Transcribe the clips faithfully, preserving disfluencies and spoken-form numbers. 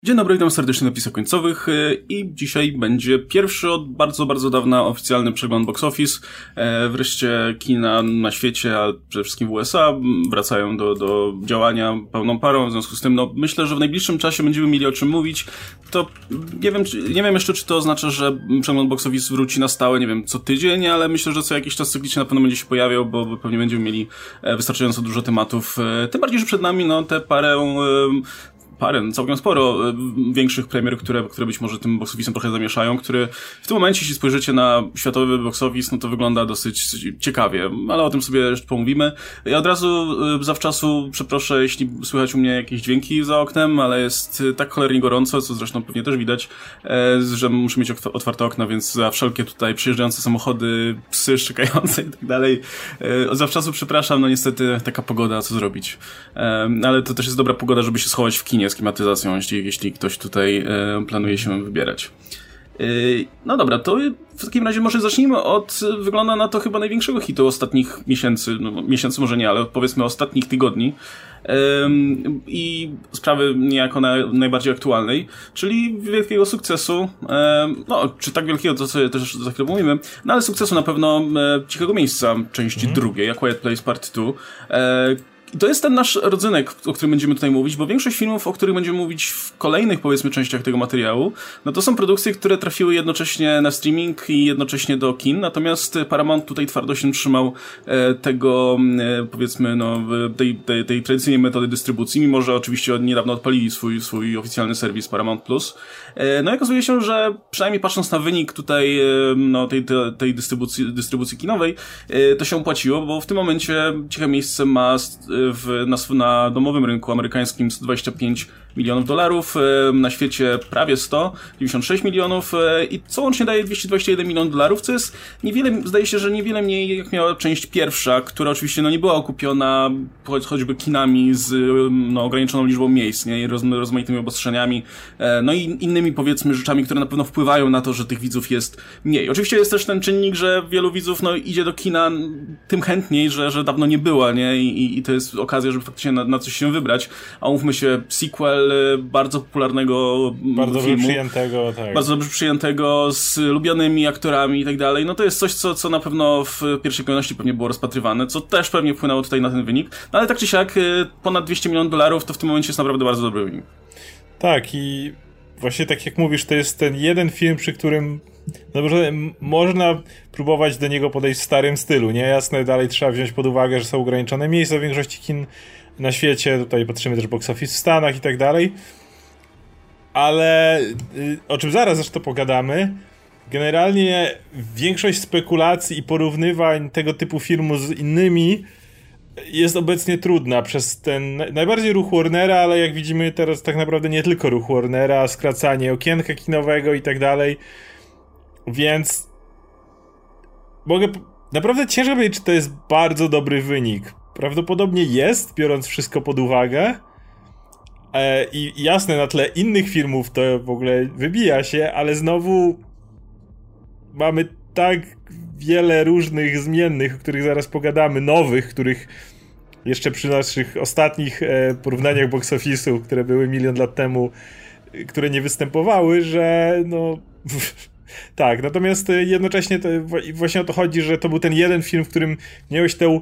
Dzień dobry, witam serdecznie na napisach końcowych i dzisiaj będzie pierwszy od bardzo, bardzo dawna oficjalny przegląd box office. Wreszcie kina na świecie, a przede wszystkim w U S A wracają do, do działania pełną parą, w związku z tym no, myślę, że w najbliższym czasie będziemy mieli o czym mówić. To nie wiem, czy, nie wiem jeszcze, czy to oznacza, że przegląd box office wróci na stałe, nie wiem, co tydzień, ale myślę, że co jakiś czas cyklicznie na pewno będzie się pojawiał, bo, bo pewnie będziemy mieli wystarczająco dużo tematów. Tym bardziej, że przed nami no, te parę parę, całkiem sporo e, większych premier, które, które być może tym box office'em trochę zamieszają, które w tym momencie, jeśli spojrzycie na światowy box office, no to wygląda dosyć ciekawie, ale o tym sobie jeszcze pomówimy. Ja od razu e, zawczasu przeproszę, jeśli słychać u mnie jakieś dźwięki za oknem, ale jest tak cholernie gorąco, co zresztą pewnie też widać, e, że muszę mieć otwarte okna, więc za wszelkie tutaj przyjeżdżające samochody, psy szczekające i tak dalej, e, zawczasu przepraszam, no niestety taka pogoda, co zrobić. E, ale to też jest dobra pogoda, żeby się schować w kinie z klimatyzacją, jeśli, jeśli ktoś tutaj e, planuje się wybierać. E, no dobra, to w takim razie może zacznijmy od, wygląda na to chyba największego hitu ostatnich miesięcy, no miesięcy może nie, ale powiedzmy ostatnich tygodni e, i sprawy niejako na, najbardziej aktualnej, czyli wielkiego sukcesu, e, no czy tak wielkiego, to sobie też za chwilę mówimy, no ale sukcesu na pewno e, Cichego Miejsca części mm. drugiej, A Quiet Place Part dwa. E, I to jest ten nasz rodzynek, o którym będziemy tutaj mówić, bo większość filmów, o których będziemy mówić w kolejnych, powiedzmy, częściach tego materiału, no to są produkcje, które trafiły jednocześnie na streaming i jednocześnie do kin, natomiast Paramount tutaj twardo się trzymał e, tego, e, powiedzmy, no, tej, tej, tej tradycyjnej metody dystrybucji, mimo że oczywiście od niedawno odpalili swój, swój oficjalny serwis Paramount Plus. E, no i okazuje się, że przynajmniej patrząc na wynik tutaj, e, no, tej, tej, tej dystrybucji, dystrybucji kinowej, e, to się opłaciło, bo w tym momencie Ciche Miejsce ma W, na, na domowym rynku amerykańskim sto dwadzieścia pięć milionów dolarów, na świecie prawie sto dziewięćdziesiąt sześć milionów i co łącznie daje dwieście dwadzieścia jeden milionów dolarów, co jest niewiele, zdaje się, że niewiele mniej jak miała część pierwsza, która oczywiście no, nie była okupiona choćby kinami z no, ograniczoną liczbą miejsc, nie? I roz, rozmaitymi obostrzeniami, no i innymi powiedzmy rzeczami, które na pewno wpływają na to, że tych widzów jest mniej. Oczywiście jest też ten czynnik, że wielu widzów no, idzie do kina tym chętniej, że, że dawno nie była, nie? I, i to jest okazja, żeby faktycznie na, na coś się wybrać, a umówmy się, sequel bardzo popularnego bardzo filmu, dobrze przyjętego, tak. bardzo dobrze przyjętego, z lubionymi aktorami i tak dalej, no to jest coś, co, co na pewno w pierwszej kolejności pewnie było rozpatrywane, co też pewnie wpłynęło tutaj na ten wynik, no ale tak czy siak ponad dwieście milionów dolarów to w tym momencie jest naprawdę bardzo dobry wynik. Tak i właśnie tak jak mówisz, to jest ten jeden film, przy którym no może można próbować do niego podejść w starym stylu, nie? Jasne, dalej trzeba wziąć pod uwagę, że są ograniczone miejsca w większości kin na świecie, tutaj patrzymy też box office w Stanach i tak dalej, ale o czym zaraz zresztą pogadamy, generalnie większość spekulacji i porównywań tego typu filmu z innymi jest obecnie trudna przez ten najbardziej ruch Warnera, ale jak widzimy teraz tak naprawdę nie tylko ruch Warnera, skracanie okienka kinowego i tak dalej, więc mogę, naprawdę ciężko powiedzieć, czy to jest bardzo dobry wynik. Prawdopodobnie jest, biorąc wszystko pod uwagę. E, I jasne, na tle innych filmów to w ogóle wybija się, ale znowu mamy tak wiele różnych zmiennych, o których zaraz pogadamy, nowych, których jeszcze przy naszych ostatnich e, porównaniach box office'u, które były milion lat temu, które nie występowały, że no... tak, natomiast jednocześnie to właśnie o to chodzi, że to był ten jeden film, w którym miałeś tę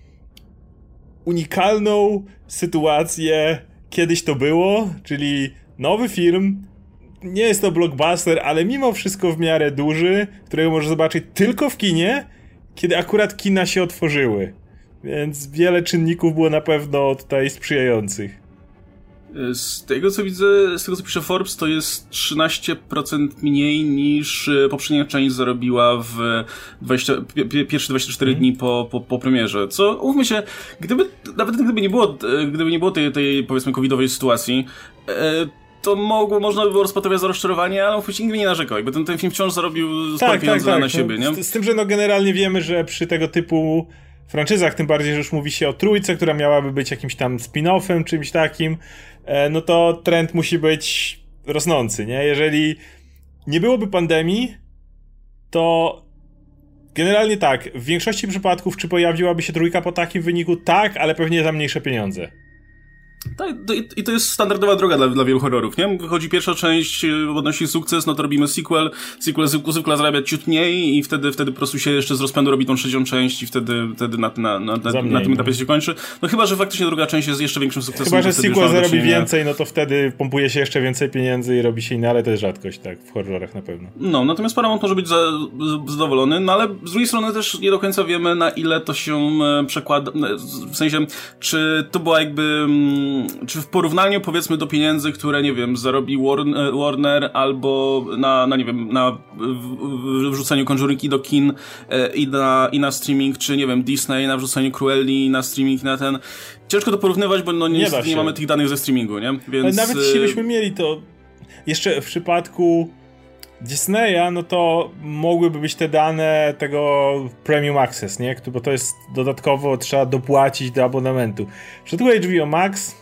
unikalną sytuację, kiedyś to było, czyli nowy film, nie jest to blockbuster, ale mimo wszystko w miarę duży, którego możesz zobaczyć tylko w kinie, kiedy akurat kina się otworzyły. Więc wiele czynników było na pewno tutaj sprzyjających. Z tego co widzę, z tego co pisze Forbes, to jest trzynaście procent mniej niż poprzednia część zarobiła w dwadzieścia, pierwsze dwadzieścia cztery mm. dni po, po, po premierze. Co, umówmy się, gdyby, nawet gdyby nie było, gdyby nie było tej, tej powiedzmy covidowej sytuacji, to mogło, można by było rozpatrywać za rozczarowanie, ale umówmy się, nigdy nie narzekał. Jakby ten, ten film wciąż zarobił spore tak, pieniądze tak, tak. na siebie, no, nie? Z, z tym, że no generalnie wiemy, że przy tego typu franczyzach, tym bardziej, że już mówi się o Trójce, która miałaby być jakimś tam spin-offem, czymś takim, no to trend musi być rosnący, nie? Jeżeli nie byłoby pandemii, to generalnie tak, w większości przypadków czy pojawiłaby się Trójka po takim wyniku? Tak, ale pewnie za mniejsze pieniądze. I to jest standardowa droga dla, dla wielu horrorów, nie? Wychodzi pierwsza część, odnosi sukces, no to robimy sequel, sequel zwykle zarabia ciut mniej i wtedy, wtedy po prostu się jeszcze z rozpędu robi tą trzecią część i wtedy, wtedy na, na, na, na, na tym etapie się kończy. No chyba, że faktycznie druga część jest jeszcze większym sukcesem. Chyba, że sequel zarobi więcej, no to wtedy pompuje się jeszcze więcej pieniędzy i robi się inne, ale to jest rzadkość, tak, w horrorach na pewno. No, natomiast Paramount może być za, zadowolony, no ale z drugiej strony też nie do końca wiemy, na ile to się przekłada, w sensie, czy to była jakby, czy w porównaniu powiedzmy do pieniędzy, które, nie wiem, zarobi Warner albo na, na nie wiem, na wrzuceniu Conjuringi do kin i na, i na streaming, czy nie wiem, Disney na wrzuceniu Cruelli na streaming, na ten. Ciężko to porównywać, bo no nie, nie mamy tych danych ze streamingu, nie? Więc... Ale nawet jeśli byśmy mieli to, jeszcze w przypadku Disneya, no to mogłyby być te dane tego Premium Access, nie? Bo to jest dodatkowo, trzeba dopłacić do abonamentu. W przypadku H B O Max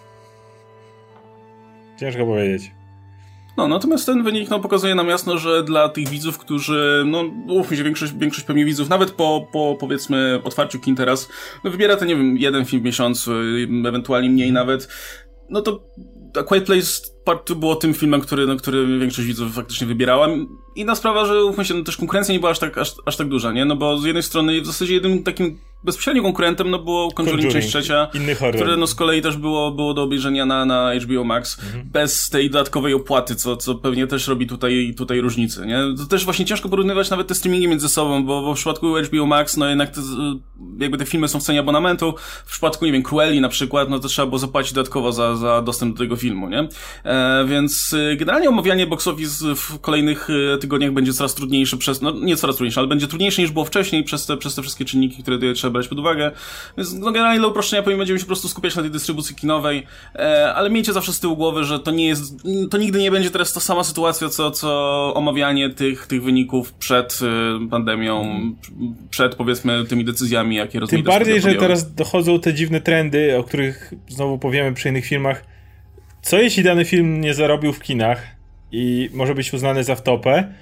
ciężko powiedzieć. No, natomiast ten wynik no, pokazuje nam jasno, że dla tych widzów, którzy, no, ufmy się, większość, większość pewnie widzów, nawet po, po powiedzmy otwarciu kin teraz, no wybiera ten, nie wiem, jeden film w miesiącu, ewentualnie mniej nawet, no to A Quiet Place Part two było tym filmem, który, no, który większość widzów faktycznie wybierała. Inna sprawa, że ufmy się, no, też konkurencja nie była aż tak, aż, aż tak duża, nie? No bo z jednej strony w zasadzie jednym takim bezpośrednim konkurentem no było Conjuring, Conjuring część trzecia, które no z kolei też było, było do obejrzenia na, na H B O Max, mhm. bez tej dodatkowej opłaty, co, co pewnie też robi tutaj, tutaj różnicę, nie? To też właśnie ciężko porównywać nawet te streamingi między sobą, bo, bo w przypadku H B O Max, no jednak te, jakby te filmy są w cenie abonamentu, w przypadku, nie wiem, Cruelli na przykład, no to trzeba było zapłacić dodatkowo za, za dostęp do tego filmu, nie? E, więc generalnie omawianie box office w kolejnych tygodniach będzie coraz trudniejsze przez, no nie coraz trudniejsze, ale będzie trudniejsze niż było wcześniej przez te, przez te wszystkie czynniki, które tutaj trzeba brać pod uwagę. Więc no generalnie dla uproszczenia powiem, będziemy się po prostu skupiać na tej dystrybucji kinowej, e, ale miejcie zawsze z tyłu głowy, że to nie jest, to nigdy nie będzie teraz ta sama sytuacja, co, co omawianie tych, tych wyników przed y, pandemią, hmm. przed powiedzmy tymi decyzjami, jakie rozmaite. Tym bardziej, że teraz dochodzą te dziwne trendy, o których znowu powiemy przy innych filmach. Co jeśli dany film nie zarobił w kinach i może być uznany za wtopę,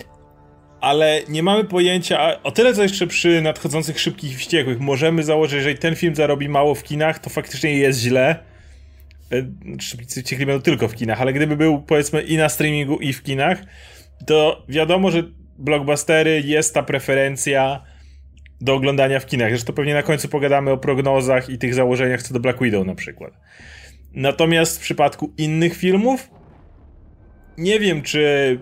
ale nie mamy pojęcia, o tyle co jeszcze przy nadchodzących Szybkich i Wściekłych możemy założyć, że jeżeli ten film zarobi mało w kinach, to faktycznie jest źle. Szybcy i Wściekli będą tylko w kinach, ale gdyby był powiedzmy i na streamingu i w kinach, to wiadomo, że blockbustery jest ta preferencja do oglądania w kinach. Zresztą pewnie na końcu pogadamy o prognozach i tych założeniach co do Black Widow na przykład. Natomiast w przypadku innych filmów nie wiem, czy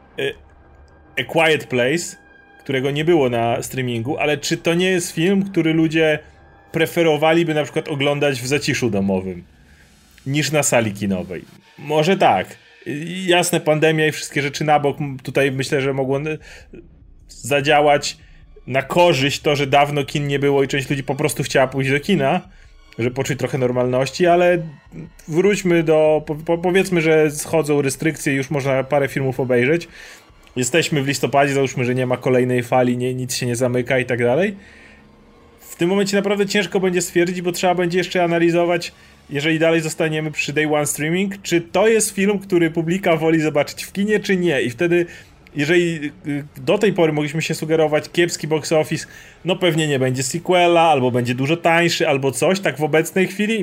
A Quiet Place, którego nie było na streamingu, ale czy to nie jest film, który ludzie preferowaliby na przykład oglądać w zaciszu domowym niż na sali kinowej? Może tak. Jasne, pandemia i wszystkie rzeczy na bok tutaj myślę, że mogło zadziałać na korzyść to, że dawno kin nie było i część ludzi po prostu chciała pójść do kina, żeby poczuć trochę normalności, ale wróćmy do, po, powiedzmy, że schodzą restrykcje i już można parę filmów obejrzeć. Jesteśmy w listopadzie, załóżmy, że nie ma kolejnej fali, nie, nic się nie zamyka i tak dalej. W tym momencie naprawdę ciężko będzie stwierdzić, bo trzeba będzie jeszcze analizować, jeżeli dalej zostaniemy przy Day One Streaming, czy to jest film, który publika woli zobaczyć w kinie, czy nie. I wtedy, jeżeli do tej pory mogliśmy się sugerować kiepski box office, no pewnie nie będzie sequela, albo będzie dużo tańszy, albo coś, tak w obecnej chwili...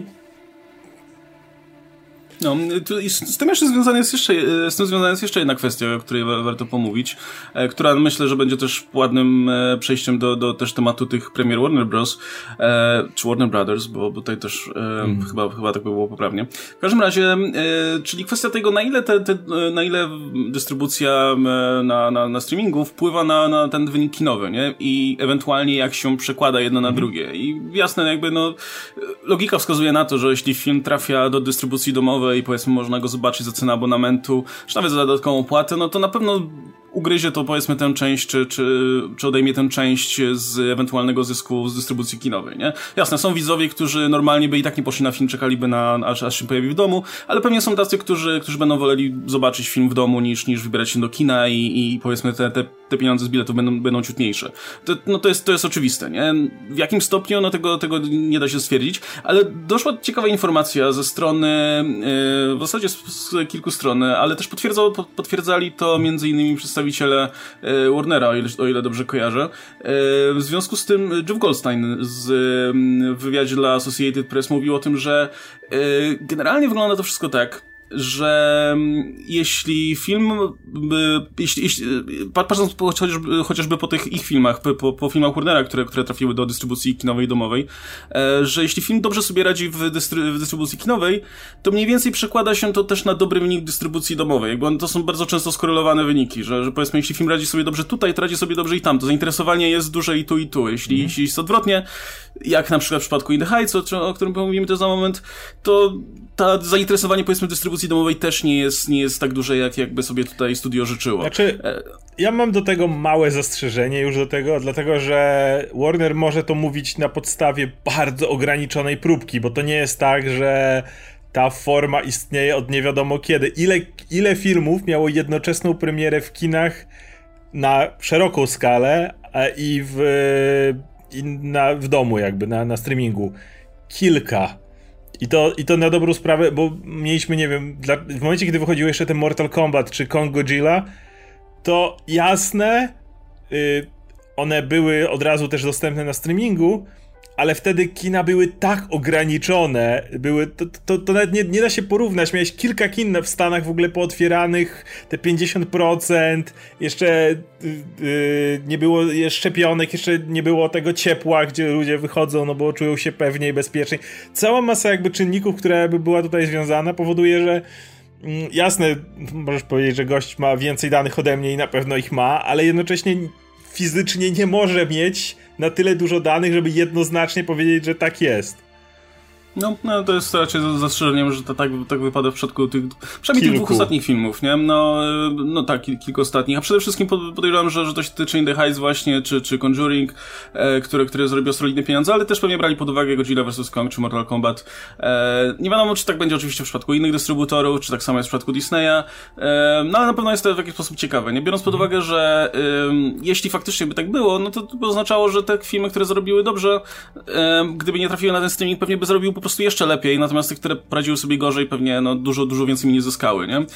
No, i z tym jeszcze związana jest jeszcze, z tym związana jest jeszcze jedna kwestia, o której wa- warto pomówić, e, która myślę, że będzie też ładnym e, przejściem do, do też tematu tych premier Warner Bros. E, czy Warner Brothers, bo tutaj też e, mm. chyba, chyba tak by było poprawnie. W każdym razie, e, czyli kwestia tego, na ile, te, te, na ile dystrybucja e, na, na, na streamingu wpływa na, na ten wynik kinowy, nie? I ewentualnie jak się przekłada jedno na mm. drugie. I jasne, jakby no, logika wskazuje na to, że jeśli film trafia do dystrybucji domowej i powiedzmy można go zobaczyć za cenę abonamentu, czy nawet za dodatkową opłatę, no to na pewno ugryzie to powiedzmy tę część, czy, czy, czy odejmie tę część z ewentualnego zysku z dystrybucji kinowej, nie? Jasne, są widzowie, którzy normalnie by i tak nie poszli na film, czekaliby na, aż, aż się pojawi w domu, ale pewnie są tacy, którzy, którzy będą woleli zobaczyć film w domu niż, niż wybierać się do kina i, i powiedzmy te, te, te pieniądze z biletów będą, będą ciutniejsze. To, no to jest, to jest oczywiste, nie? W jakim stopniu, no tego, tego nie da się stwierdzić, ale doszła ciekawa informacja ze strony, yy, w zasadzie z, z kilku stron, ale też potwierdzał, potwierdzali to między innymi przedstawiciele przedstawiciele Warnera, o ile, o ile dobrze kojarzę. W związku z tym Geoff Goldstein z, w wywiadzie dla Associated Press mówił o tym, że generalnie wygląda to wszystko tak, że jeśli film, jeśli, jeśli, patrząc po, chociażby, chociażby po tych ich filmach, po, po filmach Warnera, które, które trafiły do dystrybucji kinowej i domowej, że jeśli film dobrze sobie radzi w, dystry, w dystrybucji kinowej, to mniej więcej przekłada się to też na dobry wynik dystrybucji domowej. Jakby to są bardzo często skorelowane wyniki, że, że powiedzmy, jeśli film radzi sobie dobrze tutaj, to radzi sobie dobrze i tam. To zainteresowanie jest duże i tu i tu. Jeśli, mm. jeśli jest odwrotnie, jak na przykład w przypadku In the Heights, o, o którym pomówimy też za moment, to ta zainteresowanie, powiedzmy, dystrybucji domowej też nie jest, nie jest tak duże, jak jakby sobie tutaj studio życzyło. Znaczy, ja mam do tego małe zastrzeżenie już do tego, dlatego że Warner może to mówić na podstawie bardzo ograniczonej próbki, bo to nie jest tak, że ta forma istnieje od nie wiadomo kiedy. Ile, ile filmów miało jednoczesną premierę w kinach na szeroką skalę i w, i na, w domu jakby, na, na streamingu? Kilka. I to, I to na dobrą sprawę, bo mieliśmy, nie wiem, dla, w momencie, kiedy wychodził jeszcze ten Mortal Kombat czy Kong Godzilla, to jasne, y, one były od razu też dostępne na streamingu, ale wtedy kina były tak ograniczone, były, to, to, to nawet nie, nie da się porównać. Miałeś kilka kin w Stanach w ogóle pootwieranych, te pięćdziesiąt procent, jeszcze yy, nie było szczepionek, jeszcze nie było tego ciepła, gdzie ludzie wychodzą, no bo czują się pewniej, bezpieczniej. Cała masa jakby czynników, która by była tutaj związana, powoduje, że yy, jasne, możesz powiedzieć, że gość ma więcej danych ode mnie i na pewno ich ma, ale jednocześnie fizycznie nie może mieć na tyle dużo danych, żeby jednoznacznie powiedzieć, że tak jest. No, no to jest raczej zastrzeżeniem, że to tak, tak wypada w przypadku tych, przynajmniej tych dwóch ostatnich filmów, nie? No, no tak, kilku ostatnich, a przede wszystkim podejrzewam, że, że to się tyczy In the Heights właśnie, czy, czy Conjuring, e, które, które zrobiło solidne pieniądze, ale też pewnie brali pod uwagę Godzilla versus. Kong, czy Mortal Kombat. E, nie wiadomo, czy tak będzie oczywiście w przypadku innych dystrybutorów, czy tak samo jest w przypadku Disneya, e, no ale na pewno jest to w jakiś sposób ciekawe, nie? Biorąc pod uwagę, że e, jeśli faktycznie by tak było, no to, to by oznaczało, że te filmy, które zrobiły dobrze, e, gdyby nie trafiły na ten streaming, pewnie by zrobił po prostu jeszcze lepiej, natomiast te, które poradziły sobie gorzej, pewnie no, dużo, dużo więcej mi nie zyskały, nie? Yy,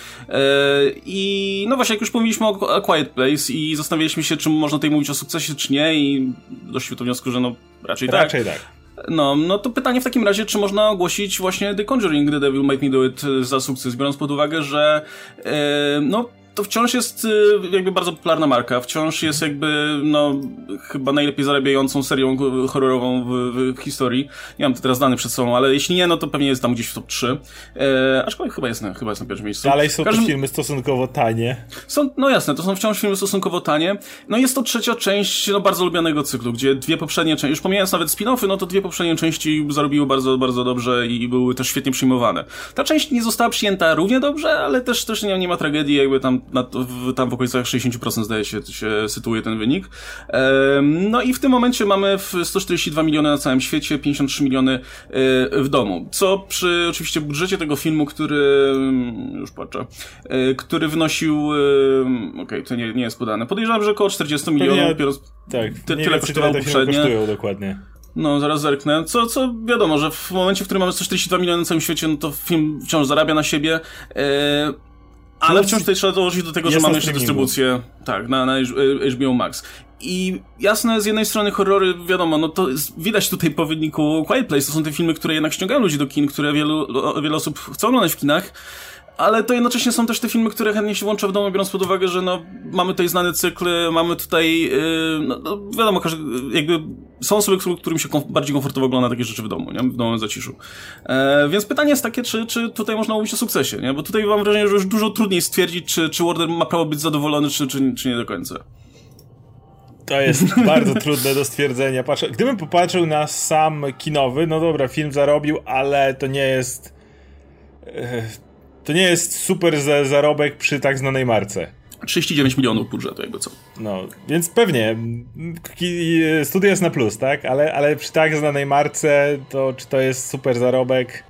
I no właśnie, jak już mówiliśmy o A Quiet Place i zastanawialiśmy się, czy można tutaj mówić o sukcesie, czy nie, i doszliśmy do wniosku, że no raczej tak. Raczej tak. No, no to pytanie w takim razie, czy można ogłosić właśnie The Conjuring, The Devil Made Me Do It za sukces, biorąc pod uwagę, że yy, no to wciąż jest jakby bardzo popularna marka, wciąż jest jakby, no, chyba najlepiej zarabiającą serią horrorową w, w historii. Nie mam to teraz danych przed sobą, ale jeśli nie, no to pewnie jest tam gdzieś w top trzy. E, aczkolwiek chyba jest, na, chyba jest na pierwszym miejscu. Dalej są Każdym... te filmy stosunkowo tanie. Są, no jasne, to są wciąż filmy stosunkowo tanie. No jest to trzecia część, no, bardzo lubianego cyklu, gdzie dwie poprzednie części, już pomijając nawet spin-offy, no to dwie poprzednie części zarobiły bardzo, bardzo dobrze i były też świetnie przyjmowane. Ta część nie została przyjęta równie dobrze, ale też, też nie, nie ma tragedii, jakby tam Na, w, tam w okolicach sześćdziesiąt procent zdaje się, się sytuuje ten wynik. Ehm, no i w tym momencie mamy w sto czterdzieści dwa miliony na całym świecie, pięćdziesiąt trzy miliony e, w domu. Co przy oczywiście budżecie tego filmu, który już patrzę, e, który wynosił e, okej, okay, to nie, nie jest podane. Podejrzewam, że około czterdzieści milionów. Ja, dopiero, tak, ty, tyle kosztowało poprzednie. Kosztują dokładnie. No, zaraz zerknę. Co, co wiadomo, że w momencie, w którym mamy sto czterdzieści dwa miliony na całym świecie, no to film wciąż zarabia na siebie. E, Ale wciąż tutaj trzeba dołożyć do tego, że mamy jeszcze dystrybucję, tak, na, na H B O Max. I jasne, z jednej strony horrory, wiadomo, no to jest, widać tutaj po wyniku Quiet Place, to są te filmy, które jednak ściągają ludzi do kin, które wielu, wiele osób chce oglądać w kinach, ale to jednocześnie są też te filmy, które chętnie się włączą w domu, biorąc pod uwagę, że no, mamy tutaj znany cykl, mamy tutaj, yy, no, no wiadomo, każdy, jakby są osoby, którym się komf- bardziej komfortowo ogląda takie rzeczy w domu, nie? W domowym zaciszu. E, więc pytanie jest takie, czy, czy tutaj można mówić o sukcesie, nie? Bo tutaj mam wrażenie, że już dużo trudniej stwierdzić, czy, czy Warner ma prawo być zadowolony, czy, czy, czy nie do końca. To jest bardzo trudne do stwierdzenia. Patrzę, gdybym popatrzył na sam kinowy, no dobra, film zarobił, ale to nie jest... Yy... To nie jest super za, zarobek przy tak znanej marce. trzydzieści dziewięć milionów budżetu, jakby co. No, więc pewnie studio jest na plus, tak? Ale, ale przy tak znanej marce, to czy to jest super zarobek?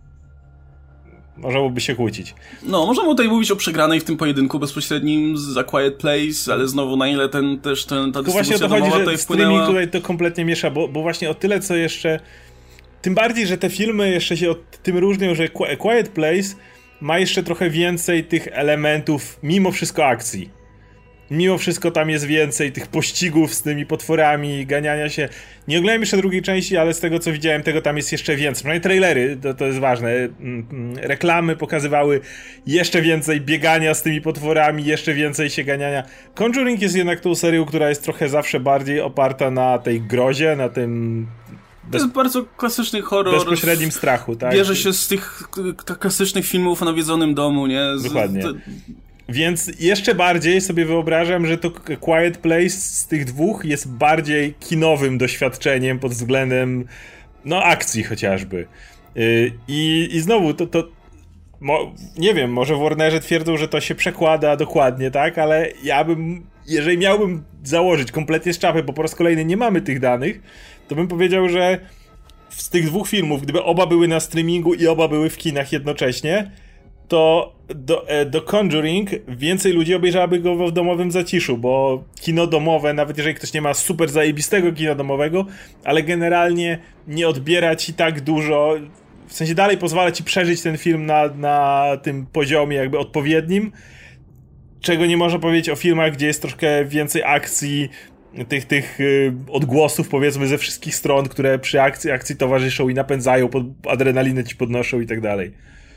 Można byłoby się kłócić. No, można tutaj mówić o przegranej w tym pojedynku bezpośrednim z A Quiet Place, ale znowu na ile ten też ten, ta dystrybucja domowa tutaj wpłynęła. Streaming tutaj to kompletnie miesza, bo, bo właśnie o tyle, co jeszcze... Tym bardziej, że te filmy jeszcze się od tym różnią, że A Quiet Place ma jeszcze trochę więcej tych elementów, mimo wszystko akcji. mimo wszystko tam jest więcej tych pościgów z tymi potworami, ganiania się. Nie oglądałem jeszcze drugiej części, ale z tego co widziałem, tego tam jest jeszcze więcej. Przynajmniej trailery, to, to jest ważne. Reklamy pokazywały jeszcze więcej biegania z tymi potworami, jeszcze więcej się ganiania. Conjuring jest jednak tą serią, która jest trochę zawsze bardziej oparta na tej grozie, na tym... To jest bardzo klasyczny horror. Bezpośrednim strachu, tak? Bierze się z tych klasycznych filmów o nawiedzonym domu, nie? Z, Dokładnie. To... Więc jeszcze bardziej sobie wyobrażam, że to Quiet Place z tych dwóch jest bardziej kinowym doświadczeniem pod względem no akcji chociażby. Yy, i, I znowu to, to mo, nie wiem, może w Warnerze twierdzą, że to się przekłada dokładnie, tak? Ale ja bym, jeżeli miałbym założyć kompletnie z czapy, bo po raz kolejny nie mamy tych danych, to bym powiedział, że z tych dwóch filmów, gdyby oba były na streamingu i oba były w kinach jednocześnie, to do, do Conjuring więcej ludzi obejrzałaby go w domowym zaciszu, bo kino domowe, nawet jeżeli ktoś nie ma super zajebistego kina domowego, ale generalnie nie odbiera ci tak dużo, w sensie dalej pozwala ci przeżyć ten film na, na tym poziomie jakby odpowiednim, czego nie można powiedzieć o filmach, gdzie jest troszkę więcej akcji, tych, tych y, odgłosów powiedzmy ze wszystkich stron, które przy akcji, akcji towarzyszą i napędzają, pod, adrenalinę ci podnoszą i tak dalej.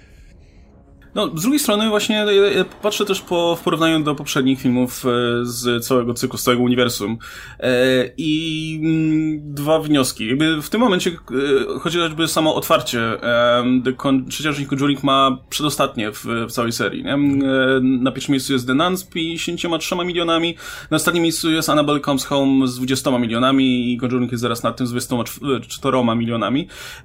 No, z drugiej strony właśnie ja patrzę też po, w porównaniu do poprzednich filmów z całego cyklu, z całego uniwersum i dwa wnioski. Jakby w tym momencie chociażby samo otwarcie trzecia część Conjuring ma przedostatnie w, w całej serii. Nie? Na pierwszym miejscu jest The Nun z pięćdziesięcioma trzema milionami, na ostatnim miejscu jest Annabelle Comes Home z dwudziestoma milionami i Conjuring jest zaraz nad tym z dwudziestoma czterema milionami.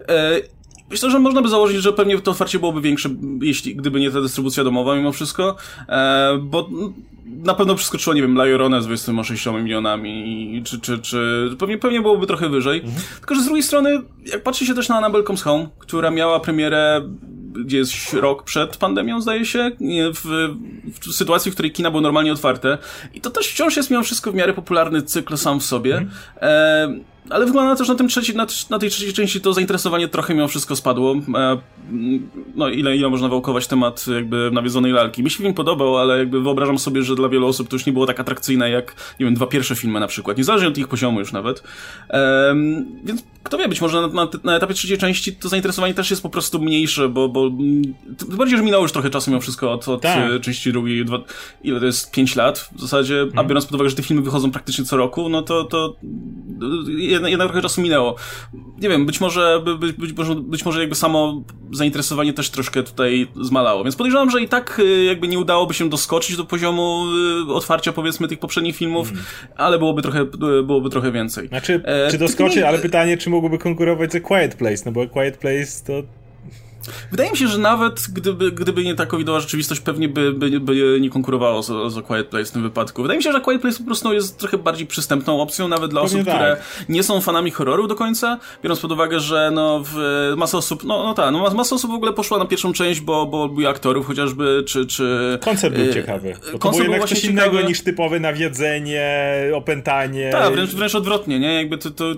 Myślę, że można by założyć, że pewnie to otwarcie byłoby większe, jeśli gdyby nie ta dystrybucja domowa mimo wszystko, e, bo na pewno przeskoczyło, nie wiem, La Llorona z dwudziestoma sześcioma milionami, czy, czy, czy pewnie, pewnie byłoby trochę wyżej. Mhm. Tylko, że z drugiej strony, jak patrzy się też na Annabelle Comes Home, która miała premierę gdzieś rok przed pandemią, zdaje się, w, w sytuacji, w której kina były normalnie otwarte, i to też wciąż jest mimo wszystko w miarę popularny cykl sam w sobie. Mhm. E, Ale wygląda na to, że na, tym trzeci, na, na tej trzeciej części to zainteresowanie trochę mimo wszystko spadło. E, no ile, ile można wałkować temat jakby nawiedzonej lalki. Mi się film podobał, ale jakby wyobrażam sobie, że dla wielu osób to już nie było tak atrakcyjne jak, nie wiem, dwa pierwsze filmy na przykład. Niezależnie od ich poziomu już nawet. E, więc kto wie, być może na, na, na etapie trzeciej części to zainteresowanie też jest po prostu mniejsze, bo, bo tym bardziej, że minęło już trochę czasu mimo wszystko od, od tak. części drugiej. Dwa, ile to jest? Pięć lat w zasadzie. Hmm. A biorąc pod uwagę, że te filmy wychodzą praktycznie co roku, no to, to jednak, jednak trochę czasu minęło. Nie wiem, być może, być, być, być może jakby samo zainteresowanie też troszkę tutaj zmalało, więc podejrzewam, że i tak jakby nie udałoby się doskoczyć do poziomu otwarcia powiedzmy tych poprzednich filmów, mm. ale byłoby trochę, byłoby trochę więcej. Znaczy, e, czy doskoczy, nie... ale pytanie, czy mógłby konkurować ze Quiet Place, no bo Quiet Place to... Wydaje mi się, że nawet gdyby, gdyby nie ta covidowa rzeczywistość, pewnie by, by, by nie konkurowało z, z Quiet Place w tym wypadku. Wydaje mi się, że Quiet Place po prostu jest trochę bardziej przystępną opcją, nawet dla pewnie osób, tak. które nie są fanami horroru do końca, biorąc pod uwagę, że no w, masa osób, no, no tak, no masa osób w ogóle poszła na pierwszą część, bo, bo był aktorów chociażby, czy... czy koncert był e, ciekawy, bo to było jednak coś innego ciekawy. Niż typowe nawiedzenie, opętanie. Tak, wręcz, wręcz odwrotnie, nie? Jakby to... to